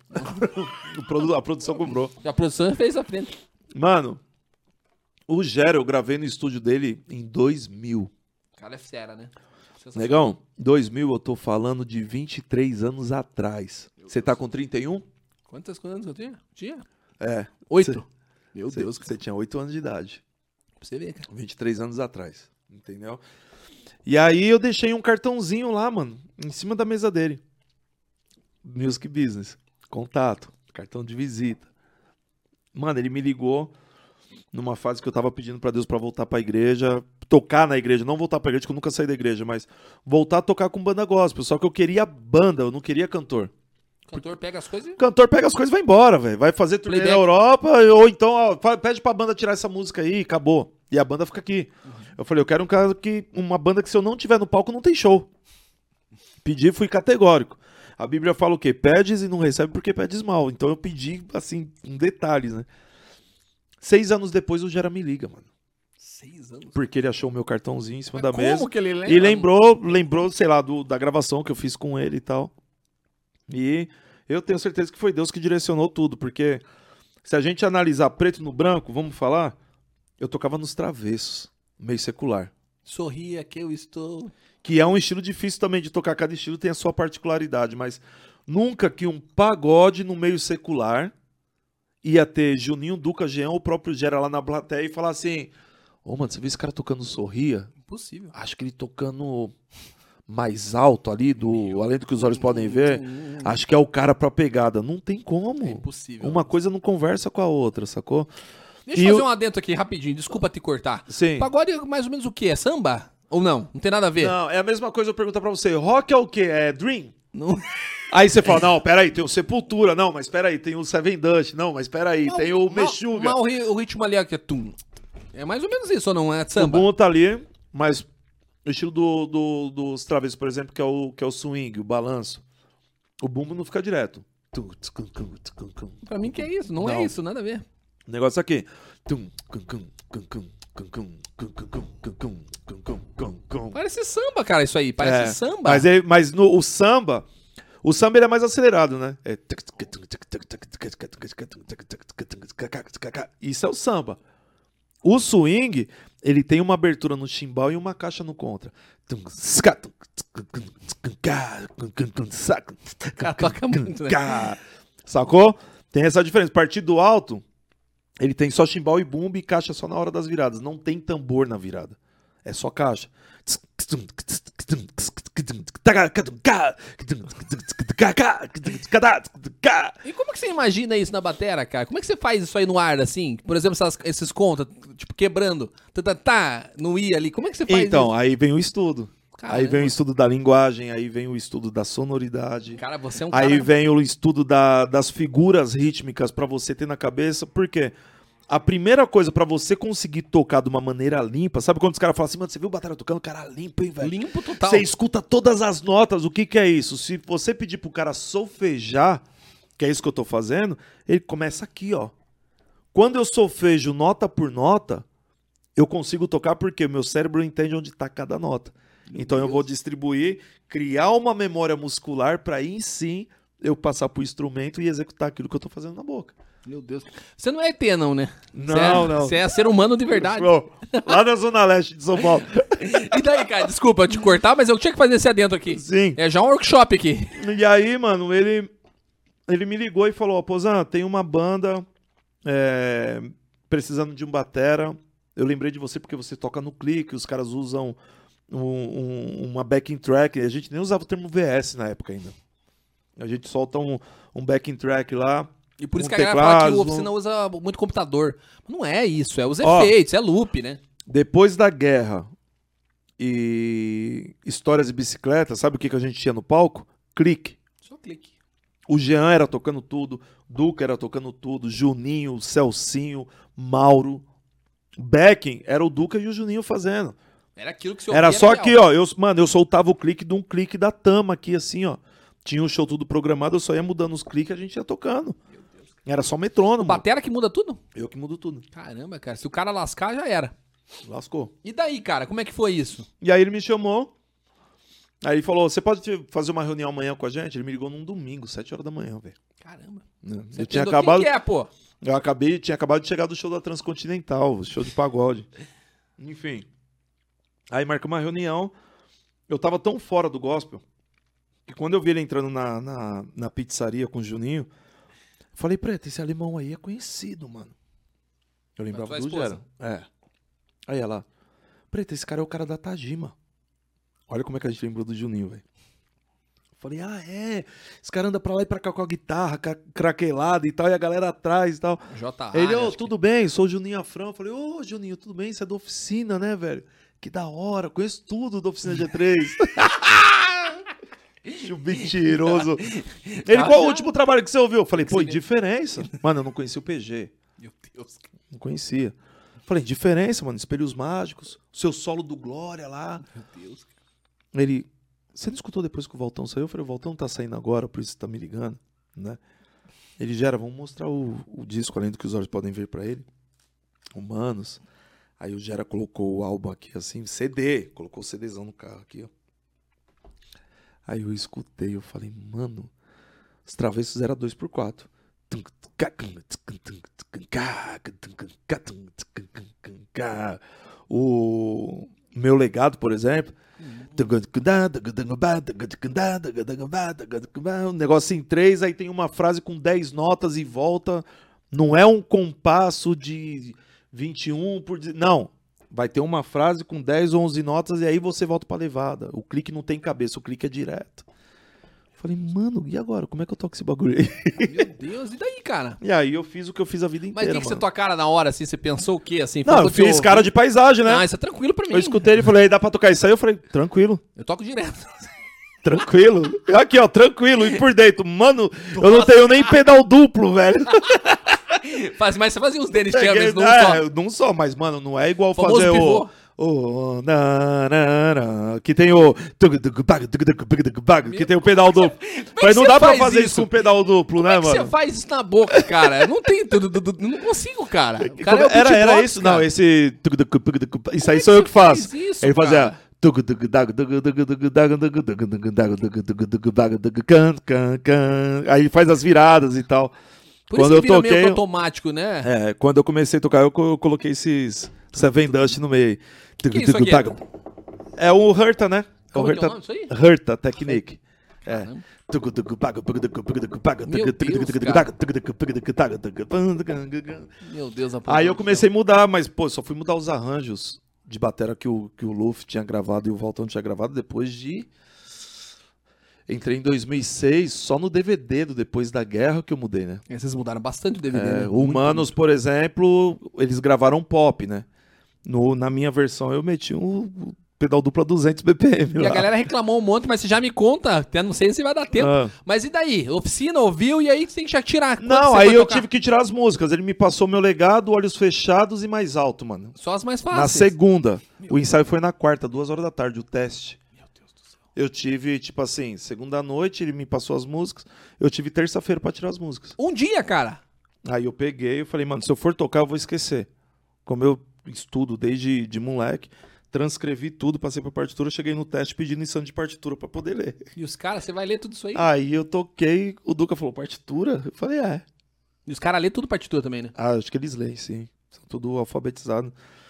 A produção comprou. A produção fez a frente. Mano, o Gera eu gravei no estúdio dele em 2000. O cara é fera, né? Negão, 2000 eu tô falando de 23 anos atrás. Você tá com 31? Quantos anos eu tinha? Tinha? É. 8. Meu Deus, cara. Você tinha 8 anos de idade. Pra você ver, cara. 23 anos atrás. Entendeu? E aí eu deixei um cartãozinho lá, mano, em cima da mesa dele. Music Business. Contato. Cartão de visita. Mano, ele me ligou numa fase que eu tava pedindo pra Deus pra voltar pra igreja, tocar na igreja, não voltar pra igreja, que eu nunca saí da igreja, mas voltar a tocar com banda gospel, só que eu queria banda, eu não queria cantor. Cantor pega as coisas e... Cantor pega as coisas e vai embora, velho. Vai fazer turnê na Europa, ou então, ó, pede pra banda tirar essa música aí, acabou. E a banda fica aqui. Eu falei, eu quero uma banda que se eu não tiver no palco, não tem show. Pedi, fui categórico. A Bíblia fala o quê? Pedes e não recebe porque pedes mal. Então eu pedi, assim, em detalhes, né? 6 anos depois o Gera me liga, mano. 6 anos? Porque ele achou o meu cartãozinho em cima da Como mesa. que ele lembra? E lembrou, sei lá, da gravação que eu fiz com ele e tal. E eu tenho certeza que foi Deus que direcionou tudo, porque se a gente analisar preto no branco, vamos falar, eu tocava nos travessos, meio secular. Sorria que eu estou... Que é um estilo difícil também de tocar, cada estilo tem a sua particularidade, mas nunca que um pagode no meio secular ia ter Juninho, Duca, Jean, o próprio Gera lá na plateia e falar assim, ô, mano, você viu esse cara tocando Sorria? Impossível. Acho que ele tocando mais alto ali, além do que os olhos podem ver, acho que é o cara pra pegada. Não tem como. É impossível. Uma coisa não conversa com a outra, sacou? Deixa eu fazer um adendo aqui rapidinho, desculpa te cortar. Sim. Pagode é mais ou menos o quê? É samba? Ou não? Não tem nada a ver? Não, é a mesma coisa eu perguntar pra você. Rock é o quê? É Dream? Não. Aí você fala, não, peraí, tem o Sepultura. Não, mas peraí, tem o Seven Dust. Não, mas peraí, tem o Meshuggah. Mas o ritmo ali é que é tum. É mais ou menos isso, ou não? É O samba? bumbo tá ali, mas o estilo dos travessos, por exemplo, que é o swing, o balanço. O bumbo não fica direto. Pra mim que é isso, não é isso, nada a ver. O negócio aqui. Parece samba, cara, isso aí. Parece samba. Mas o samba ele é mais acelerado, né? Isso é o samba. O swing, ele tem uma abertura no chimbal e uma caixa no contra. Cara, toca muito, né? Sacou? Tem essa diferença. Partido alto, ele tem só chimbal e bumbo e caixa só na hora das viradas. Não tem tambor na virada. É só caixa. E como que você imagina isso na batera, cara? Como é que você faz isso aí no ar, assim? Por exemplo, esses contas, tipo, quebrando. No I ali. Como é que você faz Então, isso? aí vem o estudo. Caramba. Aí vem o estudo da linguagem, aí vem o estudo da sonoridade. Cara, você é um cara... Aí vem o estudo das figuras rítmicas pra você ter na cabeça. Por quê? A primeira coisa pra você conseguir tocar de uma maneira limpa, sabe quando os caras falam assim, mano, você viu o batera tocando? Cara, limpo, hein, velho? Limpo total. Você escuta todas as notas, o que que é isso? Se você pedir pro cara solfejar, que é isso que eu tô fazendo, ele começa aqui, ó. Quando eu solfejo nota por nota, eu consigo tocar porque o meu cérebro entende onde tá cada nota. Então eu vou distribuir, criar uma memória muscular pra aí sim eu passar pro instrumento e executar aquilo que eu tô fazendo na boca. Meu Deus. Você não é ET, não, né? Não, não. Você é ser humano de verdade. Lá na Zona Leste de São Paulo. E daí, cara, desculpa eu te cortar, mas eu tinha que fazer esse adendo aqui. Sim. É já um workshop aqui. E aí, mano, ele me ligou e falou, ó, Pozan, tem uma banda precisando de um batera. Eu lembrei de você porque você toca no clique, os caras usam uma backing track. A gente nem usava o termo VS na época ainda. A gente solta um backing track lá. E por isso que a teclados, galera fala que o oficina usa muito computador. Não é isso, é os efeitos, é loop, né? Depois da guerra e histórias de bicicleta, sabe o que a gente tinha no palco? Clique. Só clique. O Jean era tocando tudo, Duca era tocando tudo, Juninho, Celcinho, Mauro. Backing era o Duca e o Juninho fazendo. Era aquilo que você Era ouvia, só real. aqui, ó. Eu soltava o clique de um clique da Tama aqui, assim, ó. Tinha o show tudo programado, eu só ia mudando os cliques e a gente ia tocando. Era só metrônomo. O batera que muda tudo? Eu que mudo tudo. Caramba, cara. Se o cara lascar, já era. Lascou. E daí, cara? Como é que foi isso? E aí ele me chamou. Aí ele falou, você pode fazer uma reunião amanhã com a gente? Ele me ligou num domingo, 7 horas da manhã, velho. Caramba. Eu tinha acabado... O que é, pô? Tinha acabado de chegar do show da Transcontinental, show de pagode. Enfim. Aí marcamos uma reunião. Eu tava tão fora do gospel que quando eu vi ele entrando na pizzaria com o Juninho, eu falei, Preto, esse alemão aí é conhecido, mano. Eu lembrava do Gera. Aí ela, Preto, esse cara é o cara da Tajima. Olha como é que a gente lembrou do Juninho, velho. Falei, esse cara anda pra lá e pra cá com a guitarra, craquelada e tal, e a galera atrás e tal. Ele, tudo bem, sou o Juninho Afrão. Eu falei, Juninho, tudo bem? Você é da oficina, né, velho? Que da hora, conheço tudo da oficina G3. O mentiroso. Ele, qual o último trabalho que você ouviu? Eu falei, diferença. Mano, eu não conhecia o PG. Meu Deus. Não conhecia. Falei, diferença, mano, Espelhos Mágicos, seu solo do Glória lá. Meu Deus. Ele, você não escutou depois que o Valtão saiu? Eu falei, o Valtão tá saindo agora, por isso você tá me ligando, né? Ele, Gera, vamos mostrar o disco, além do que os olhos podem ver pra ele. Humanos. Aí o Gera colocou o álbum aqui, assim, CD. Colocou o CDzão no carro aqui, ó. Aí eu escutei, eu falei, mano, os travessos era 2x4. O Meu Legado, por exemplo. Um negócio em 3, aí tem uma frase com 10 notas e volta. Não é um compasso de 21 por... Não, vai ter uma frase com 10 ou 11 notas e aí você volta pra levada. O clique não tem cabeça, o clique é direto. Falei, mano, e agora? Como é que eu toco esse bagulho aí? Meu Deus, e daí, cara? E aí eu fiz o que eu fiz a vida Mas inteira, o que você mano. tua cara na hora, assim? Você pensou o quê, assim? Não, eu fiz cara de paisagem, né? Ah, isso é tranquilo pra mim. Eu escutei ele e falei, dá pra tocar isso aí? Eu falei, tranquilo. Eu toco direto. Tranquilo. Aqui, ó, tranquilo. E por dentro, mano, eu não tenho nem pedal duplo, velho. Mas você fazia uns Dennis Chambers num só. Num só, mas, mano, não é igual Famoso fazer pivô. que tem o que tem o pedal duplo. Mas não você dá pra faz fazer isso? isso com pedal duplo, né, Como é que mano? você faz isso na boca, cara? Não tem... Não consigo, cara. O cara é o Era beatbox, isso? cara. Não, esse isso aí é que sou eu você que faço. faz isso, Ele fazia cara? aí faz as viradas e tal. Por Quando isso eu que vira meio toquei, que automático, né? quando eu comecei a tocar, eu coloquei esses Seven Dust no meio. Que é isso aqui? É o Herta, né? É o Como é que é o Herta, nome disso aí? Herta Technique. É. Caramba. Meu Deus, Aí eu comecei a mudar, mas pô, só fui mudar os arranjos de batera que o Luffy tinha gravado e o Valtão tinha gravado depois de... Entrei em 2006, só no DVD do Depois da Guerra que eu mudei, né? Vocês mudaram bastante o DVD, né? O Humanos, por exemplo, eles gravaram pop, né? Na minha versão eu meti um pedal duplo a 200 BPM. E lá. a galera reclamou um monte, mas você já me conta, até não sei se vai dar tempo. Ah. Mas e daí? Oficina, ouviu, e aí você tem que já tirar. Quanto Não, você aí foi eu tocar? tive que tirar as músicas. Ele me passou meu legado, Olhos Fechados e Mais Alto, mano. Só as mais Na fáceis. segunda. O ensaio foi na quarta, 2 horas da tarde, o teste. Meu Deus do céu. Eu tive, tipo assim, segunda noite, ele me passou as músicas. Eu tive terça-feira pra tirar as músicas. Um dia, cara. Aí eu peguei e falei, mano, se eu for tocar, eu vou esquecer. Como eu estudo desde de moleque, transcrevi tudo, passei pra partitura, cheguei no teste pedindo lição de partitura pra poder ler. E os caras, você vai ler tudo isso aí? Aí eu toquei, o Duca falou, partitura? Eu falei, é. E os caras lêem tudo partitura também, né? Ah, acho que eles leem, sim. São tudo alfabetizados.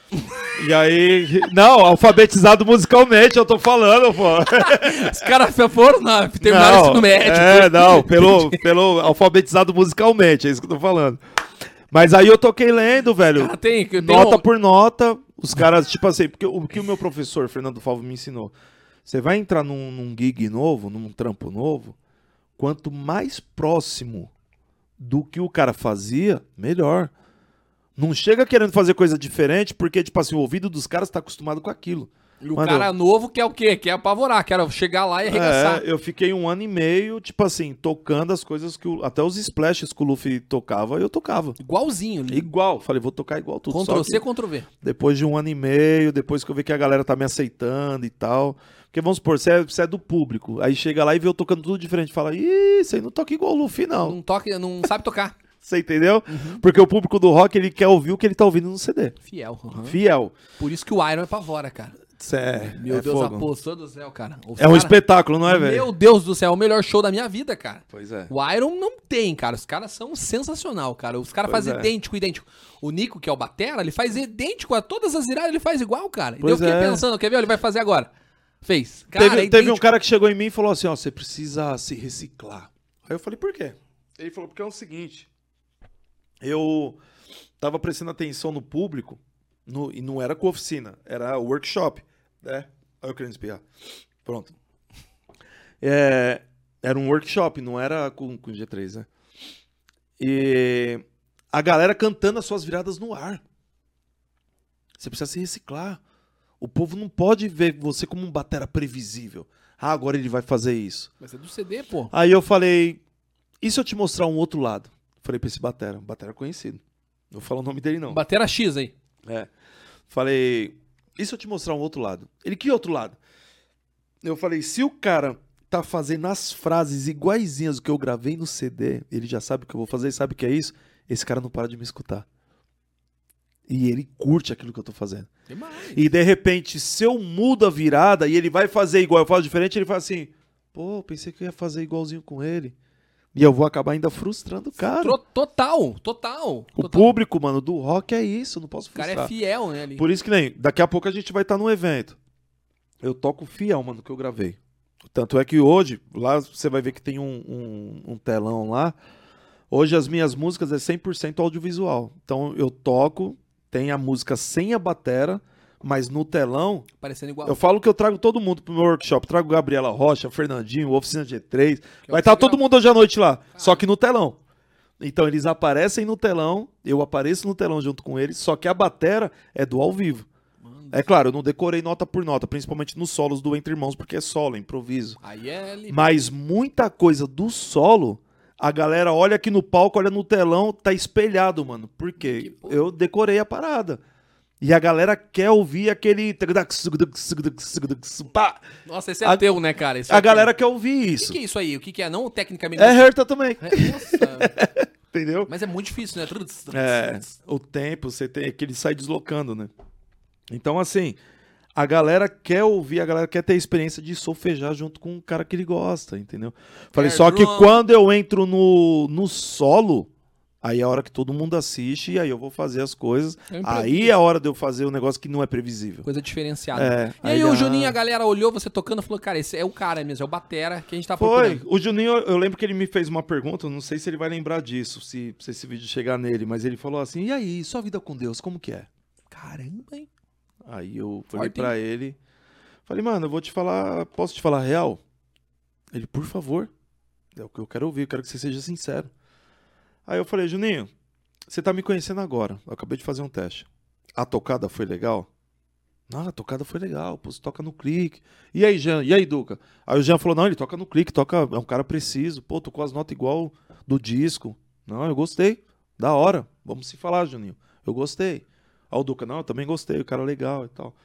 E aí... Não, alfabetizado musicalmente, eu tô falando, pô. Os caras foram na terminaram o ensino médio. Não, pelo alfabetizado musicalmente, é isso que eu tô falando. Mas aí eu toquei lendo, velho. Cara, tem Nota por nota, os caras, tipo assim, porque o que o meu professor, Fernando Falvo, me ensinou. Você vai entrar num gig novo, num trampo novo, quanto mais próximo do que o cara fazia, melhor. Não chega querendo fazer coisa diferente, porque, tipo assim, o ouvido dos caras tá acostumado com aquilo. E o Mano, cara novo quer o quê? Quer apavorar, quer chegar lá e arregaçar. eu fiquei 1 ano e meio, tipo assim, tocando as coisas que... até os splashes que o Luffy tocava, eu tocava. Igualzinho. Igual. Falei, vou tocar igual tudo. Ctrl Só C, que Ctrl V. depois de 1 ano e meio, depois que eu vi que a galera tá me aceitando e tal... Porque vamos supor, você é do público, aí chega lá e vê eu tocando tudo diferente, fala, ih, você não toca igual o Luffy, não. Não toca, não sabe tocar. Você entendeu? Porque o público do rock, ele quer ouvir o que ele tá ouvindo no CD. Fiel. Fiel. Por isso que o Iron é pavora, cara. Meu Deus, fogo. apostou do céu, cara. Os É um cara- espetáculo, não é, velho? Meu Deus do céu, é o melhor show da minha vida, cara. Pois é. O Iron não tem, cara. Os caras são sensacional, cara. Os caras Pois fazem é. idêntico. O Nico, que é o batera, ele faz idêntico a todas as viradas, ele faz igual, cara. E Pois eu fiquei é. pensando, quer ver? Ele vai fazer agora. Fez. Cara, Teve é um idêntico. cara que chegou em mim e falou assim, ó, você precisa se reciclar. Aí eu falei, por quê? Ele falou, porque é o seguinte, eu tava prestando atenção no público, e não era com oficina, era workshop, né? Olha eu querendo espirrar. Pronto. Era um workshop, não era com G3, né? E a galera cantando as suas viradas no ar. Você precisa se reciclar. O povo não pode ver você como um batera previsível. Ah, agora ele vai fazer isso. Mas é do CD, pô. Aí eu falei, e se eu te mostrar um outro lado? Falei pra esse batera conhecido. Não vou falar o nome dele, não. Batera X aí. Falei, e se eu te mostrar um outro lado? Ele, que outro lado? Eu falei, se o cara tá fazendo as frases iguaizinhas do que eu gravei no CD, ele já sabe o que eu vou fazer, sabe o que é isso? Esse cara não para de me escutar. E ele curte aquilo que eu tô fazendo. Demais. E de repente, se eu mudo a virada e ele vai fazer igual, eu faço diferente, ele fala assim, pô, pensei que eu ia fazer igualzinho com ele. E eu vou acabar ainda frustrando o cara. Total. O público, mano, do rock é isso, não posso O cara frustrar. é fiel, né, ali. Por isso que nem, daqui a pouco a gente vai estar num evento. Eu toco fiel, mano, que eu gravei. Tanto é que hoje, lá você vai ver que tem um telão lá. Hoje as minhas músicas é 100% audiovisual. Então eu toco, tem a música sem a batera, Mas no telão, Parecendo igual. eu falo que eu trago todo mundo pro meu workshop. Trago Gabriela Rocha, Fernandinho, Oficina G3. Que Vai é estar o que todo mundo hoje à noite lá, só que no telão. Então eles aparecem no telão, eu apareço no telão junto com eles, só que a batera é do ao vivo. É claro, eu não decorei nota por nota, principalmente nos solos do Entre Irmãos, porque é solo, é improviso. Aí é livre. Mas muita coisa do solo, a galera olha aqui no palco, olha no telão, tá espelhado, mano. Por quê? Eu decorei a parada. E a galera quer ouvir aquele... Pá. Nossa, esse é teu, né, cara? Esse A é galera quer ouvir O isso. que é isso aí? O que é? Não tecnicamente... É Hertha também. Nossa. Entendeu? Mas é muito difícil, né? É, o tempo, você tem que ele sai deslocando, né? Então, assim, a galera quer ouvir, a galera quer ter a experiência de solfejar junto com um cara que ele gosta, entendeu? Falei, só que quando eu entro no solo, aí é a hora que todo mundo assiste e aí eu vou fazer as coisas. Aí é a hora de eu fazer um negócio que não é previsível. Coisa diferenciada. É, e aí o Juninho, a galera olhou você tocando e falou, cara, esse é o cara mesmo, é o batera que a gente tá Foi. procurando. O Juninho, eu lembro que ele me fez uma pergunta, não sei se ele vai lembrar disso, se esse vídeo chegar nele, mas ele falou assim, e aí, sua vida com Deus, como que é? Caramba, hein? Aí eu falei Forte, pra ele, falei, mano, eu vou te falar, posso te falar a real? Ele, por favor, é o que eu quero ouvir, eu quero que você seja sincero. Aí eu falei, Juninho, você tá me conhecendo agora, eu acabei de fazer um teste. A tocada foi legal? Não, a tocada foi legal, pô, você toca no clique. E aí, Jean? E aí, Duca? Aí o Jean falou, não, ele toca no clique, é um cara preciso, pô, tocou as notas igual do disco. Não, eu gostei, da hora, vamos se falar, Juninho, eu gostei. Aí o Duca, não, eu também gostei, o cara é legal e tal.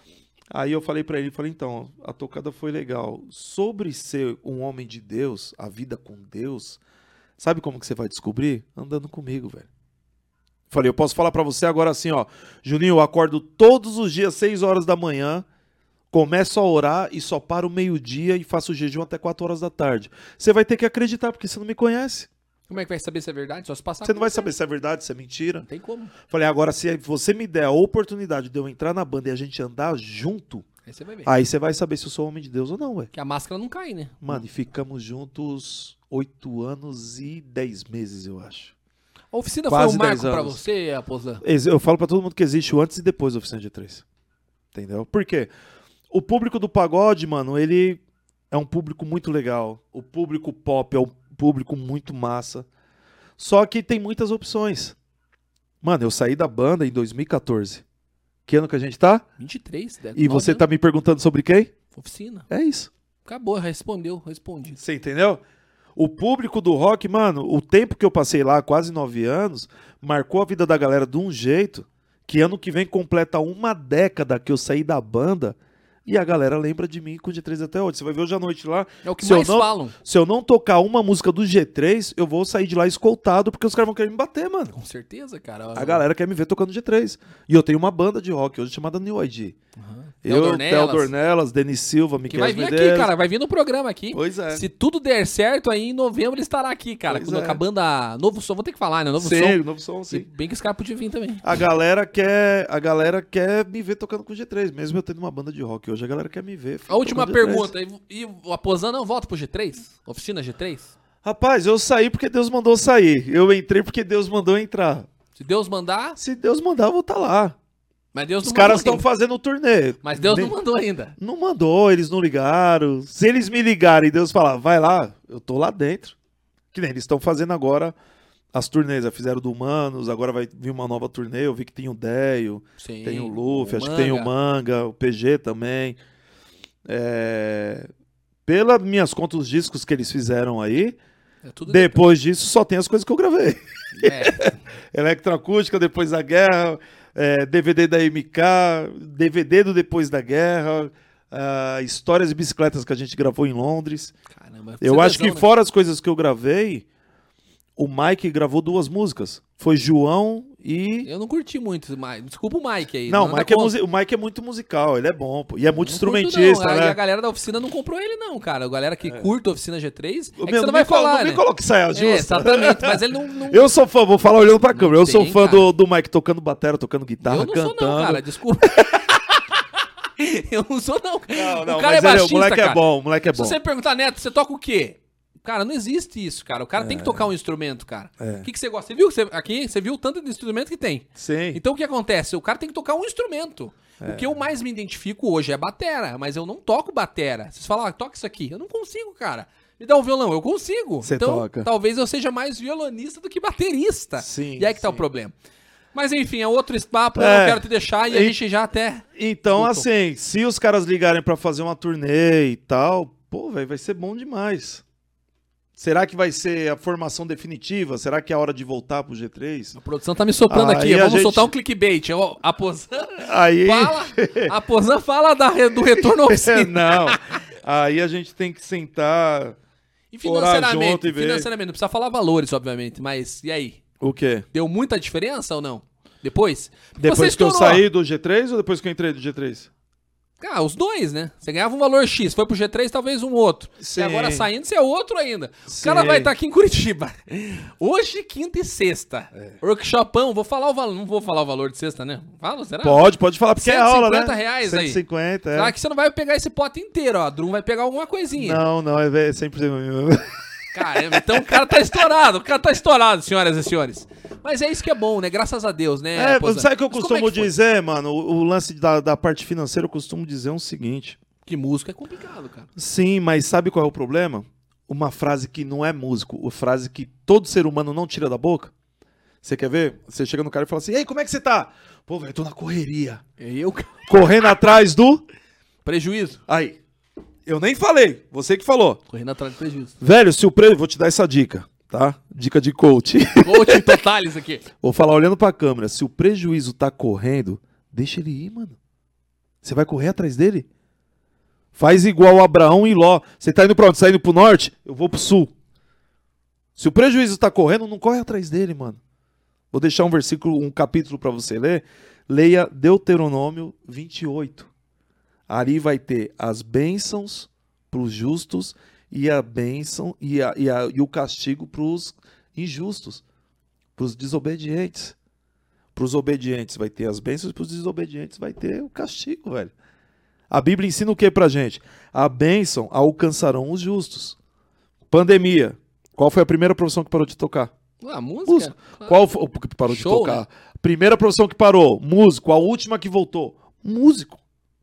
Aí eu falei pra ele, então, a tocada foi legal. Sobre ser um homem de Deus, a vida com Deus, sabe como que você vai descobrir? Andando comigo, velho. Falei, eu posso falar pra você agora assim, ó. Juninho, eu acordo todos os dias, 6 horas da manhã, começo a orar e só paro meio-dia e faço jejum até 4 horas da tarde. Você vai ter que acreditar, porque você não me conhece. Como é que vai saber se é verdade? Só se passar. Você não vai saber se é verdade, se é mentira. Não tem como. Falei, agora se você me der a oportunidade de eu entrar na banda e a gente andar junto, Aí você vai ver. aí você vai saber se eu sou homem de Deus ou não, ué. Que a máscara não cai, né? Mano, e ficamos juntos 8 anos e 10 meses, eu acho. A oficina Quase foi um marco 10 pra anos. você, Aposan? Eu falo pra todo mundo que existe o antes e depois da Oficina G3. Entendeu? Por quê? O público do pagode, mano, ele é um público muito legal. O público pop é um público muito massa. Só que tem muitas opções. Mano, eu saí da banda em 2014. Que ano que a gente tá? 23, né? E você tá me perguntando sobre quem? Oficina. É isso. Acabou, respondi. Você entendeu? O público do rock, mano, o tempo que eu passei lá, quase 9 anos, marcou a vida da galera de um jeito que ano que vem completa 1 década que eu saí da banda e a galera lembra de mim com o G3 até hoje. Você vai ver hoje à noite lá. É o que se mais eu não, falam. Se eu não tocar uma música do G3, eu vou sair de lá escoltado porque os caras vão querer me bater, mano. Com certeza, cara. A galera quer me ver tocando G3. E eu tenho uma banda de rock hoje chamada New ID. Eu, Theo Dornelas, Denis Silva, Que Miquel vai vir Medeiros. aqui, cara. Vai vir no programa aqui. Pois é. Se tudo der certo, aí em novembro ele estará aqui, cara. Pois Com é. a banda Novo Som. Vou ter que falar, né? Novo Sim, Som. novo som, E sim. bem que esse cara podia vir também. A galera quer me ver tocando com o G3, mesmo eu tendo uma banda de rock. Hoje a galera quer me ver. A última tocando G3. pergunta. E o Aposan não volta pro G3? Oficina G3? Rapaz, eu saí porque Deus mandou sair. Eu entrei porque Deus mandou entrar. Se Deus mandar, Se Deus mandar, eu vou estar lá. mas Deus Os não caras mandou estão ainda. fazendo turnê. Mas Deus não mandou ainda. Não mandou, eles não ligaram. Se eles me ligarem e Deus falar, vai lá, eu tô lá dentro. Que nem eles estão fazendo agora as turnês. Já fizeram do Humanos, agora vai vir uma nova turnê. Eu vi que tem o Deio, Sim, tem o Luffy, o acho que tem o Manga, o PG também. Pelas minhas contas, os discos que eles fizeram aí, É tudo depois disso só tem as coisas que eu gravei. É. Eletroacústica depois da guerra, DVD da MK, DVD do Depois da Guerra, histórias de bicicletas que a gente gravou em Londres. Caramba, Eu você acho que lesão, né? fora as coisas que eu gravei, o Mike gravou 2 músicas. Foi João e... Eu não curti muito, mas desculpa o Mike aí. Não, nada o Mike é muito musical, ele é bom, pô. E é muito Não curto, instrumentista, não. né? E a galera da oficina não comprou ele, não, cara. A galera que curta a oficina G3, é que Meu, você não vai falar, não né? me coloque saia justa. Exatamente, mas ele não... Eu sou fã, vou falar olhando pra câmera. Eu sou tem, fã cara. do Mike tocando batera, tocando guitarra, Eu não cantando. sou não, cara, desculpa. Eu não sou não. Não, o cara mas é baixista, o moleque cara. é bom, o moleque é Se bom. você me perguntar, Neto, você toca o quê? Cara, não existe isso, cara. O cara tem que tocar um instrumento, cara. O que você gosta? Você viu aqui? Você viu o tanto de instrumento que tem? Sim. Então o que acontece? O cara tem que tocar um instrumento. O que eu mais me identifico hoje é batera, mas eu não toco batera. Vocês falam, toca isso aqui. Eu não consigo, cara. Me dá um violão, eu consigo. Você então, toca. Talvez eu seja mais violonista do que baterista. Sim. E aí que tá o problema. Mas enfim, é outro papo, eu não quero te deixar e a gente já até... Então, Desculpa. assim, se os caras ligarem pra fazer uma turnê e tal, pô, velho, vai ser bom demais. Será que vai ser a formação definitiva? Será que é a hora de voltar pro G3? A produção tá me soprando Aí aqui, a vamos gente- soltar um clickbait. A Pozan Aí... fala do retorno à oficina. Não. Aí a gente tem que sentar... E Orar financeiramente, junto e ver. financeiramente, não precisa falar valores, obviamente, mas e aí? O quê? Deu muita diferença ou não? Depois? Depois Você que eu estourou. saí do G3 ou depois que eu entrei do G3? Ah, os dois, né? Você ganhava um valor X, foi pro G3, talvez um outro. Sim. E agora saindo, você é outro ainda. O Sim. cara vai estar aqui em Curitiba. Hoje, quinta e sexta. Workshopão, vou falar o valor. Não vou falar o valor de sexta, né? Fala, será? Pode falar, porque é aula, né? R$150 aí. 150, é. Claro que você não vai pegar esse pote inteiro, ó. A Drum vai pegar alguma coisinha. Não, é sempre... Caramba, então o cara tá estourado, senhoras e senhores. Mas é isso que é bom, né? Graças a Deus, né? Pozan? Sabe o que eu Mas como costumo é que foi? dizer, mano? O lance da parte financeira, eu costumo dizer o seguinte. Que música é complicado, cara. Sim, mas sabe qual é o problema? Uma frase que não é músico, uma frase que todo ser humano não tira da boca. Você quer ver? Você chega no cara e fala assim, ei, como é que você tá? Pô, velho, tô na correria. Correndo atrás do... Prejuízo. Aí, eu nem falei, você que falou. Correndo atrás do prejuízo. Velho, se o preço... Vou te dar essa dica, tá? Dica de coach. Coaching total isso aqui. Vou falar olhando pra câmera. Se o prejuízo tá correndo, deixa ele ir, mano. Você vai correr atrás dele? Faz igual Abraão e Ló. Você tá indo pra onde? Você tá indo pro norte? Eu vou pro sul. Se o prejuízo tá correndo, não corre atrás dele, mano. Vou deixar um capítulo pra você ler. Leia Deuteronômio 28. Ali vai ter as bênçãos pros justos e a bênção e o castigo pros injustos, pros desobedientes. Pros obedientes vai ter as bênçãos e pros desobedientes vai ter o castigo, velho. A Bíblia ensina o que pra gente? A bênção alcançarão os justos. Pandemia. Qual foi a primeira profissão que parou de tocar? A música? Qual foi o que parou de Show, tocar? né? Primeira profissão que parou? Músico. A última que voltou? Músico.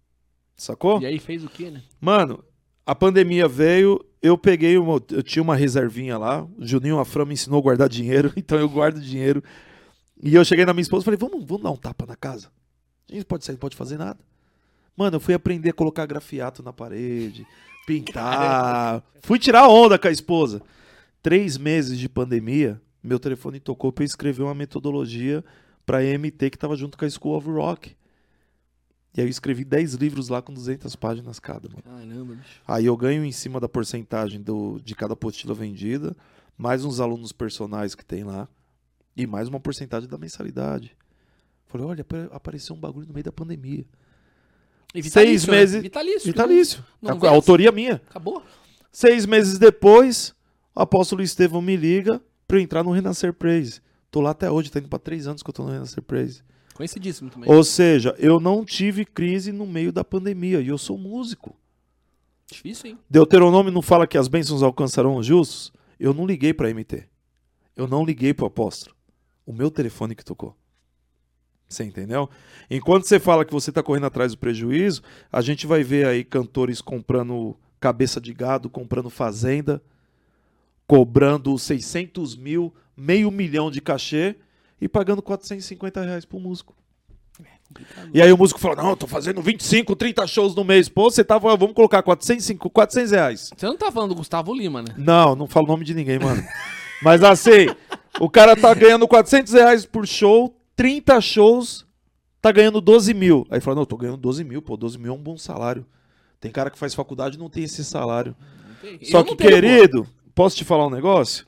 Sacou? E aí fez o quê, né? Mano, a pandemia veio, eu tinha uma reservinha lá, o Juninho Afrão me ensinou a guardar dinheiro, então eu guardo dinheiro. E eu cheguei na minha esposa e falei, vamos dar um tapa na casa? A gente pode sair, não pode fazer nada. Mano, eu fui aprender a colocar grafiato na parede, pintar, fui tirar onda com a esposa. 3 meses de pandemia, meu telefone tocou pra eu escrever uma metodologia pra EMT que tava junto com a School of Rock. E aí eu escrevi 10 livros lá com 200 páginas cada, mano. Caramba, bicho. Aí eu ganho em cima da porcentagem de cada apostila vendida, mais uns alunos personais que tem lá, e mais uma porcentagem da mensalidade. Falei, olha, apareceu um bagulho no meio da pandemia. E 6 meses... Né? Vitalício. Vitalício. Não A vence. autoria minha. Acabou. 6 meses depois, o apóstolo Estevão me liga pra eu entrar no Renascer Praise. Tô lá até hoje, tá indo pra 3 anos que eu tô no Renascer Praise. Conhecidíssimo também. Ou seja, eu não tive crise no meio da pandemia, e eu sou músico. Difícil, hein? Deuteronômio não fala que as bênçãos alcançarão os justos? Eu não liguei pra MT. Eu não liguei pro apóstolo. O meu telefone que tocou. Você entendeu? Enquanto você fala que você tá correndo atrás do prejuízo, a gente vai ver aí cantores comprando cabeça de gado, comprando fazenda, cobrando 600 mil, $500 mil de cachê e pagando R$450 pro músico. E aí o músico fala, não, eu tô fazendo 25, 30 shows no mês. Pô, você tava, vamos colocar R$400. Você não tá falando do Gustavo Lima, né? Não falo o nome de ninguém, mano. Mas assim, o cara tá ganhando R$400 por show, 30 shows, tá ganhando 12 mil. Aí fala, não, eu tô ganhando 12 mil, pô, 12 mil é um bom salário. Tem cara que faz faculdade e não tem esse salário. Só que, querido, posso te falar um negócio?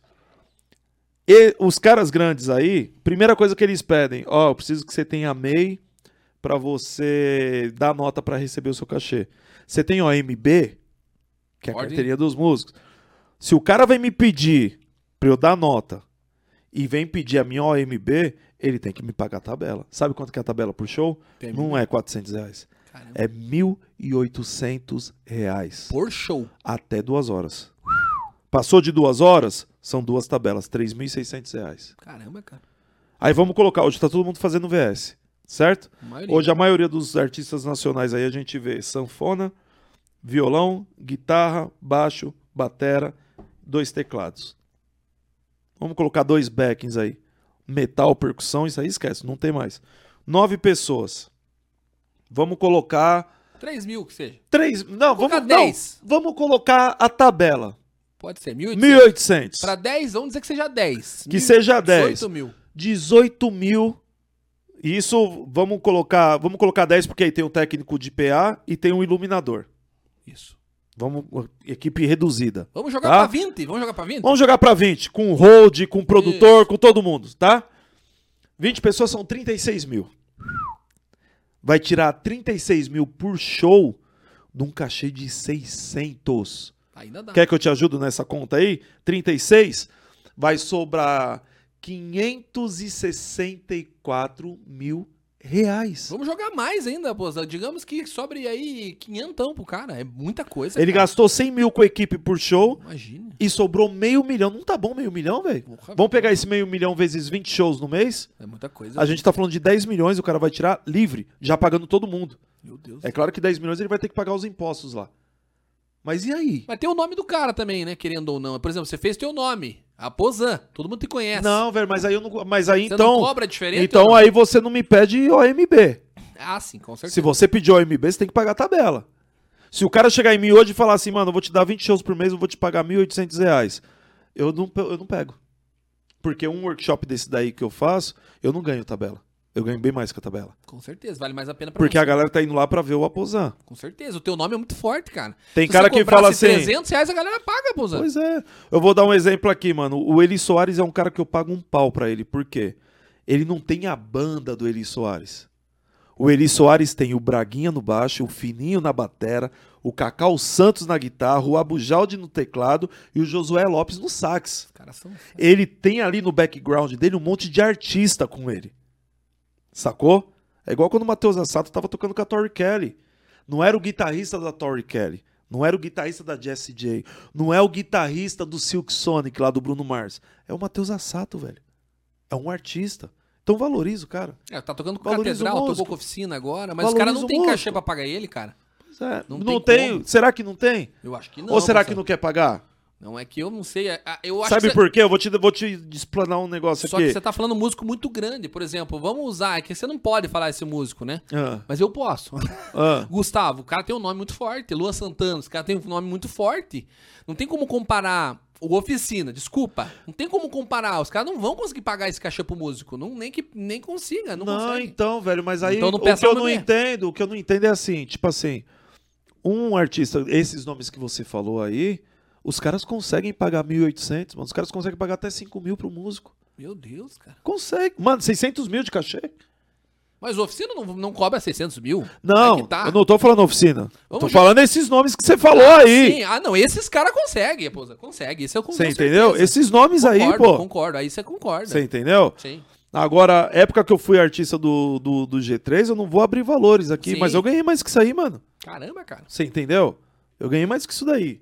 E os caras grandes aí, primeira coisa que eles pedem, ó, eu preciso que você tenha MEI pra você dar nota pra receber o seu cachê. Você tem OMB, que é a carteirinha dos músicos. Se o cara vem me pedir pra eu dar nota e vem pedir a minha OMB, ele tem que me pagar a tabela. Sabe quanto que é a tabela por show? Não é R$400. Caramba. É R$1.800. Por show. Até 2 horas. Passou de 2 horas, são 2 tabelas, R$3.600. Caramba, cara. Aí vamos colocar, hoje tá todo mundo fazendo VS, certo? Hoje a maioria dos artistas nacionais aí a gente vê sanfona, violão, guitarra, baixo, batera, 2 teclados. Vamos colocar 2 backings aí. Metal, percussão, isso aí esquece, não tem mais. 9 pessoas. Vamos colocar... 3 mil que seja. 3, não, Vamos colocar vamos, 10. Não, vamos colocar a tabela. Pode ser, 1.800. 1.800. Pra 10, vamos dizer que seja 10. Que seja 10. 18 mil. 18 mil. Isso, vamos colocar 10 porque aí tem um técnico de PA e tem um iluminador. Isso. Vamos, equipe reduzida. Vamos jogar tá? pra 20? Vamos jogar pra 20? Vamos jogar pra 20, com hold, com produtor, com todo mundo, tá? 20 pessoas são 36 mil. Vai tirar 36 mil por show de um cachê de 600. Ainda dá. Quer que eu te ajude nessa conta aí? 36, vai sobrar 564 mil reais. Vamos jogar mais ainda, pô. Digamos que sobre aí 500 pro cara. É muita coisa, Ele cara. gastou 100 mil com a equipe por show. Imagina. E sobrou $500 mil. Não tá bom $500 mil, velho? Porra, Vamos pegar esse $500 mil vezes 20 shows no mês? É muita coisa. A gente tá falando de 10 milhões, o cara vai tirar livre, já pagando todo mundo. Meu Deus. É claro que 10 milhões ele vai ter que pagar os impostos lá. Mas e aí? Mas tem o nome do cara também, né? Querendo ou não. Por exemplo, você fez teu nome. Aposan. Todo mundo te conhece. Não, velho, mas aí eu não. Mas aí Você então. não cobra diferente? Então ou não? aí você não me pede OMB. Ah, sim, com certeza. Se você pedir OMB, você tem que pagar a tabela. Se o cara chegar em mim hoje e falar assim, mano, eu vou te dar 20 shows por mês, eu vou te pagar R$1.800. Eu não pego. Porque um workshop desse daí que eu faço, eu não ganho tabela. Eu ganho bem mais que a tabela. Com certeza, vale mais a pena pra Porque você. a galera tá indo lá pra ver o Aposan. Com certeza, o teu nome é muito forte, cara. Tem Se cara você que fala cobrasse assim... R$300, a galera paga, Aposan. Pois é. Eu vou dar um exemplo aqui, mano. O Eli Soares é um cara que eu pago um pau pra ele. Por quê? Ele não tem a banda do Eli Soares. O Eli Soares tem o Braguinha no baixo, o Fininho na batera, o Cacau Santos na guitarra, o Abujaldi no teclado e o Josué Lopes no sax. Os caras são... Ele tem ali no background dele um monte de artista com ele. Sacou? É igual quando o Matheus Assato tava tocando com a Tori Kelly. Não era o guitarrista da Tori Kelly. Não era o guitarrista da Jessie J. Não é o guitarrista do Silk Sonic lá do Bruno Mars. É o Matheus Assato, velho. É um artista. Então valoriza o cara. É, tá tocando com Valoriza o Catedral, músico. tocou com Oficina agora, mas os Valoriza caras não o tem músico. cachê pra pagar ele, cara. Pois é. Não Não tem tem? como. Será que não tem? Eu acho que não. Ou será Aposan. que não quer pagar? Não, é que eu não sei. Eu acho Sabe que por quê? Eu vou te explanar um negócio Só aqui. que você tá falando um músico muito grande. Por exemplo, vamos usar... É que você não pode falar esse músico, né? Ah, Mas eu posso. ah. Gustavo, o cara tem um nome muito forte. Luan Santana, os caras têm um nome muito forte. Não tem como comparar... O Oficina, desculpa. Não tem como comparar. Os caras não vão conseguir pagar esse cachê pro músico. Não, nem consiga, não consegue. Então, velho, mas aí Então não o que peça eu o não nome. entendo, o que eu não entendo é assim, tipo assim, um artista, esses nomes que você falou aí, os caras conseguem pagar 1.800, mano, os caras conseguem pagar até 5 mil pro músico. Meu Deus, cara. Consegue. Mano, 600 mil de cachê? Mas o Oficina não cobra 600 mil? Não, É que tá. eu não tô falando oficina. Vamos Tô já- falando esses nomes que você falou aí. Sim. Ah, não, esses caras conseguem, Aposan. Consegue, isso eu Você com entendeu? certeza. Esses nomes aí, Concordo, pô. Concordo, aí você concorda. Você entendeu? Sim. Agora, época que eu fui artista do G3, eu não vou abrir valores aqui, Sim. mas eu ganhei mais que isso aí, mano. Caramba, cara. Você entendeu? Eu ganhei mais que isso daí.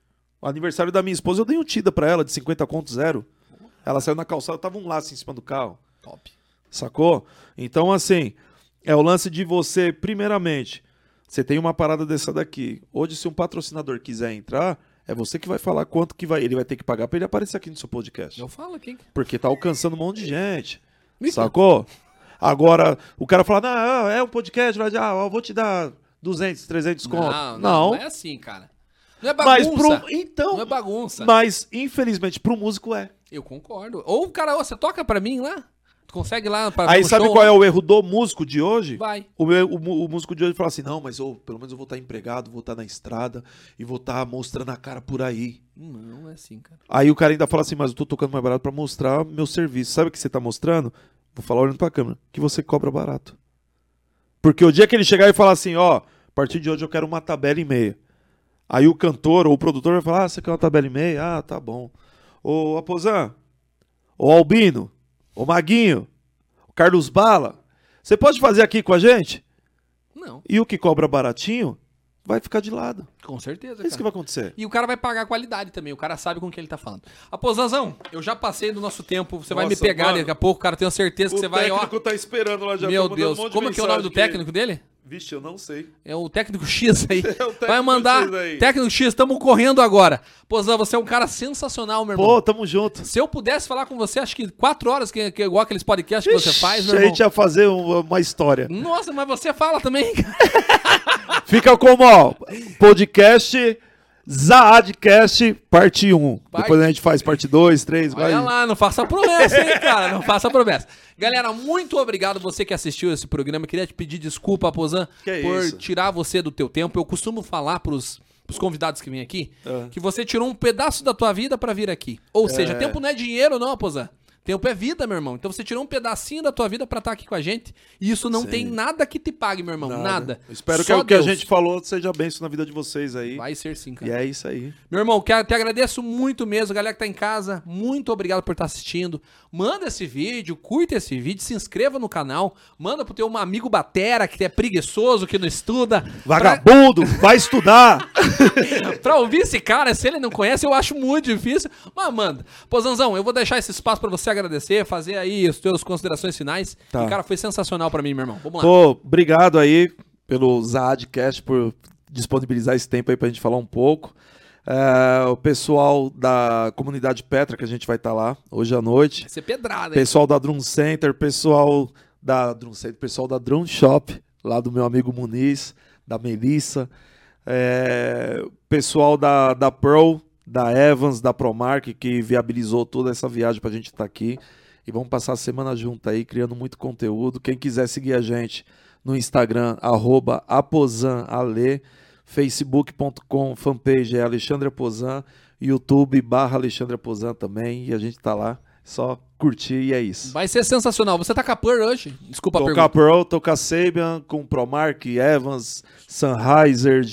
O aniversário da minha esposa, eu dei um tida pra ela de 50 conto zero. Ela saiu na calçada, tava um laço em cima do carro. Top. Sacou? Então, assim, é o lance de você, primeiramente, você tem uma parada dessa daqui. Hoje, se um patrocinador quiser entrar, é você que vai falar quanto que ele vai ter que pagar pra ele aparecer aqui no seu podcast. Eu falo aqui. Porque tá alcançando um monte de gente. Então. Sacou? Agora, o cara fala, não, é um podcast, vai, eu vou te dar 200, 300 conto. Não é assim, cara. Não é Mas bagunça. então, Não é bagunça. mas infelizmente pro músico é. Eu concordo. Ou o cara, você toca pra mim lá? Tu consegue lá pra Aí ver um sabe show qual lá? é o erro do músico de hoje? Vai. O músico de hoje fala assim, não, mas pelo menos eu vou estar empregado, vou estar na estrada e vou estar mostrando a cara por aí. Não é assim, cara. Aí o cara ainda fala assim, mas eu tô tocando mais barato pra mostrar meu serviço. Sabe o que você tá mostrando? Vou falar olhando pra câmera, que você cobra barato. Porque o dia que ele chegar e falar assim, ó, a partir de hoje eu quero uma tabela e meia. Aí o cantor ou o produtor vai falar, você quer uma tabela e meia? Ah, tá bom. Ô Aposan, ô Albino, ô Maguinho, o Carlos Bala, você pode fazer aqui com a gente? Não. E o que cobra baratinho, vai ficar de lado. Com certeza, É isso que vai acontecer. E o cara vai pagar a qualidade também, o cara sabe com o que ele tá falando. Aposanzão, eu já passei do nosso tempo, você vai me pegar daqui a pouco, cara, tenho certeza que você vai, ó... O técnico tá esperando lá já. Meu Deus, como é que é o nome do técnico dele? Vixe, eu não sei. É o técnico X aí. É o técnico vai mandar, X aí. técnico X, estamos correndo agora. Pozão, você é um cara sensacional, meu irmão. Pô, tamo junto. Se eu pudesse falar com você, acho que 4 horas, que é igual aqueles podcasts que você faz, meu A irmão. gente ia fazer uma história. Nossa, mas você fala também, cara. Fica como, ó, podcast Zaadcast parte 1. Depois a gente faz parte 2, 3, vai. Olha lá, não faça promessa, hein, cara. Não faça promessa. Galera, muito obrigado você que assistiu esse programa. Queria te pedir desculpa, Pozan, por tirar você do teu tempo. Eu costumo falar pros convidados que vêm aqui que você tirou um pedaço da tua vida pra vir aqui. Ou seja, tempo não é dinheiro, não, Pozan. Tempo é vida, meu irmão. Então você tirou um pedacinho da tua vida pra estar aqui com a gente. E isso não tem nada que te pague, meu irmão. Nada. Espero que o que a gente falou seja bênção na vida de vocês aí. Vai ser sim, cara. E é isso aí. Meu irmão, te agradeço muito mesmo. Galera que tá em casa, muito obrigado por estar assistindo. Manda esse vídeo, curta esse vídeo, se inscreva no canal. Manda pro teu amigo batera, que é preguiçoso, que não estuda. Vagabundo, vai estudar. Pra ouvir esse cara, se ele não conhece, eu acho muito difícil. Mas manda. Pozanzão, eu vou deixar esse espaço pra você agradecer, fazer aí as tuas considerações finais. Tá. E, cara, foi sensacional pra mim, meu irmão. Vamos lá. Pô, obrigado aí pelo Zaadcast, por disponibilizar esse tempo aí pra gente falar um pouco. O pessoal da comunidade Petra, que a gente vai estar lá hoje à noite. Vai ser pedrada, hein? Pessoal da Drum Center, pessoal da Drum Shop, lá do meu amigo Muniz, da Melissa. Pessoal da Pearl, da Evans, da Promark, que viabilizou toda essa viagem pra gente estar aqui. E vamos passar a semana junto aí, criando muito conteúdo. Quem quiser seguir a gente no Instagram, @aposanale, facebook.com, fanpage é Alexandre Aposan, YouTube /Alexandre Aposan também. E a gente tá lá, só curtir e é isso. Vai ser sensacional. Você tá com a Pearl hoje? Desculpa a Tô com pergunta. a Pearl, tô com a Sabian, com Promark, Evans, Sennheiser,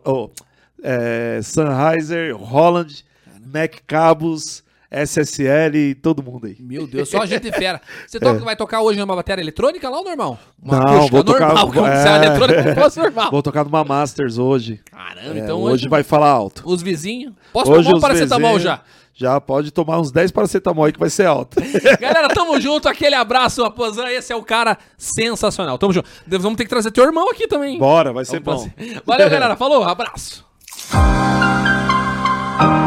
Sennheiser, Holland, Mac Cabos, SSL, todo mundo aí. Meu Deus, só a gente fera. Você vai tocar hoje numa bateria eletrônica lá ou normal? Não, acústica vou tocar... normal, como se a eletrônica não fosse normal. Vou tocar numa Masters hoje. Caramba, então hoje vai falar alto. Os vizinhos... Posso Hoje tomar um os paracetamol vizinhos- já? Já pode tomar uns 10 paracetamol aí que vai ser alto. Galera, tamo junto, aquele abraço, Aposan, esse é o cara sensacional. Tamo junto. Vamos ter que trazer teu irmão aqui também. Bora, vai ser Vamos bom. fazer. Valeu, galera. Falou, abraço.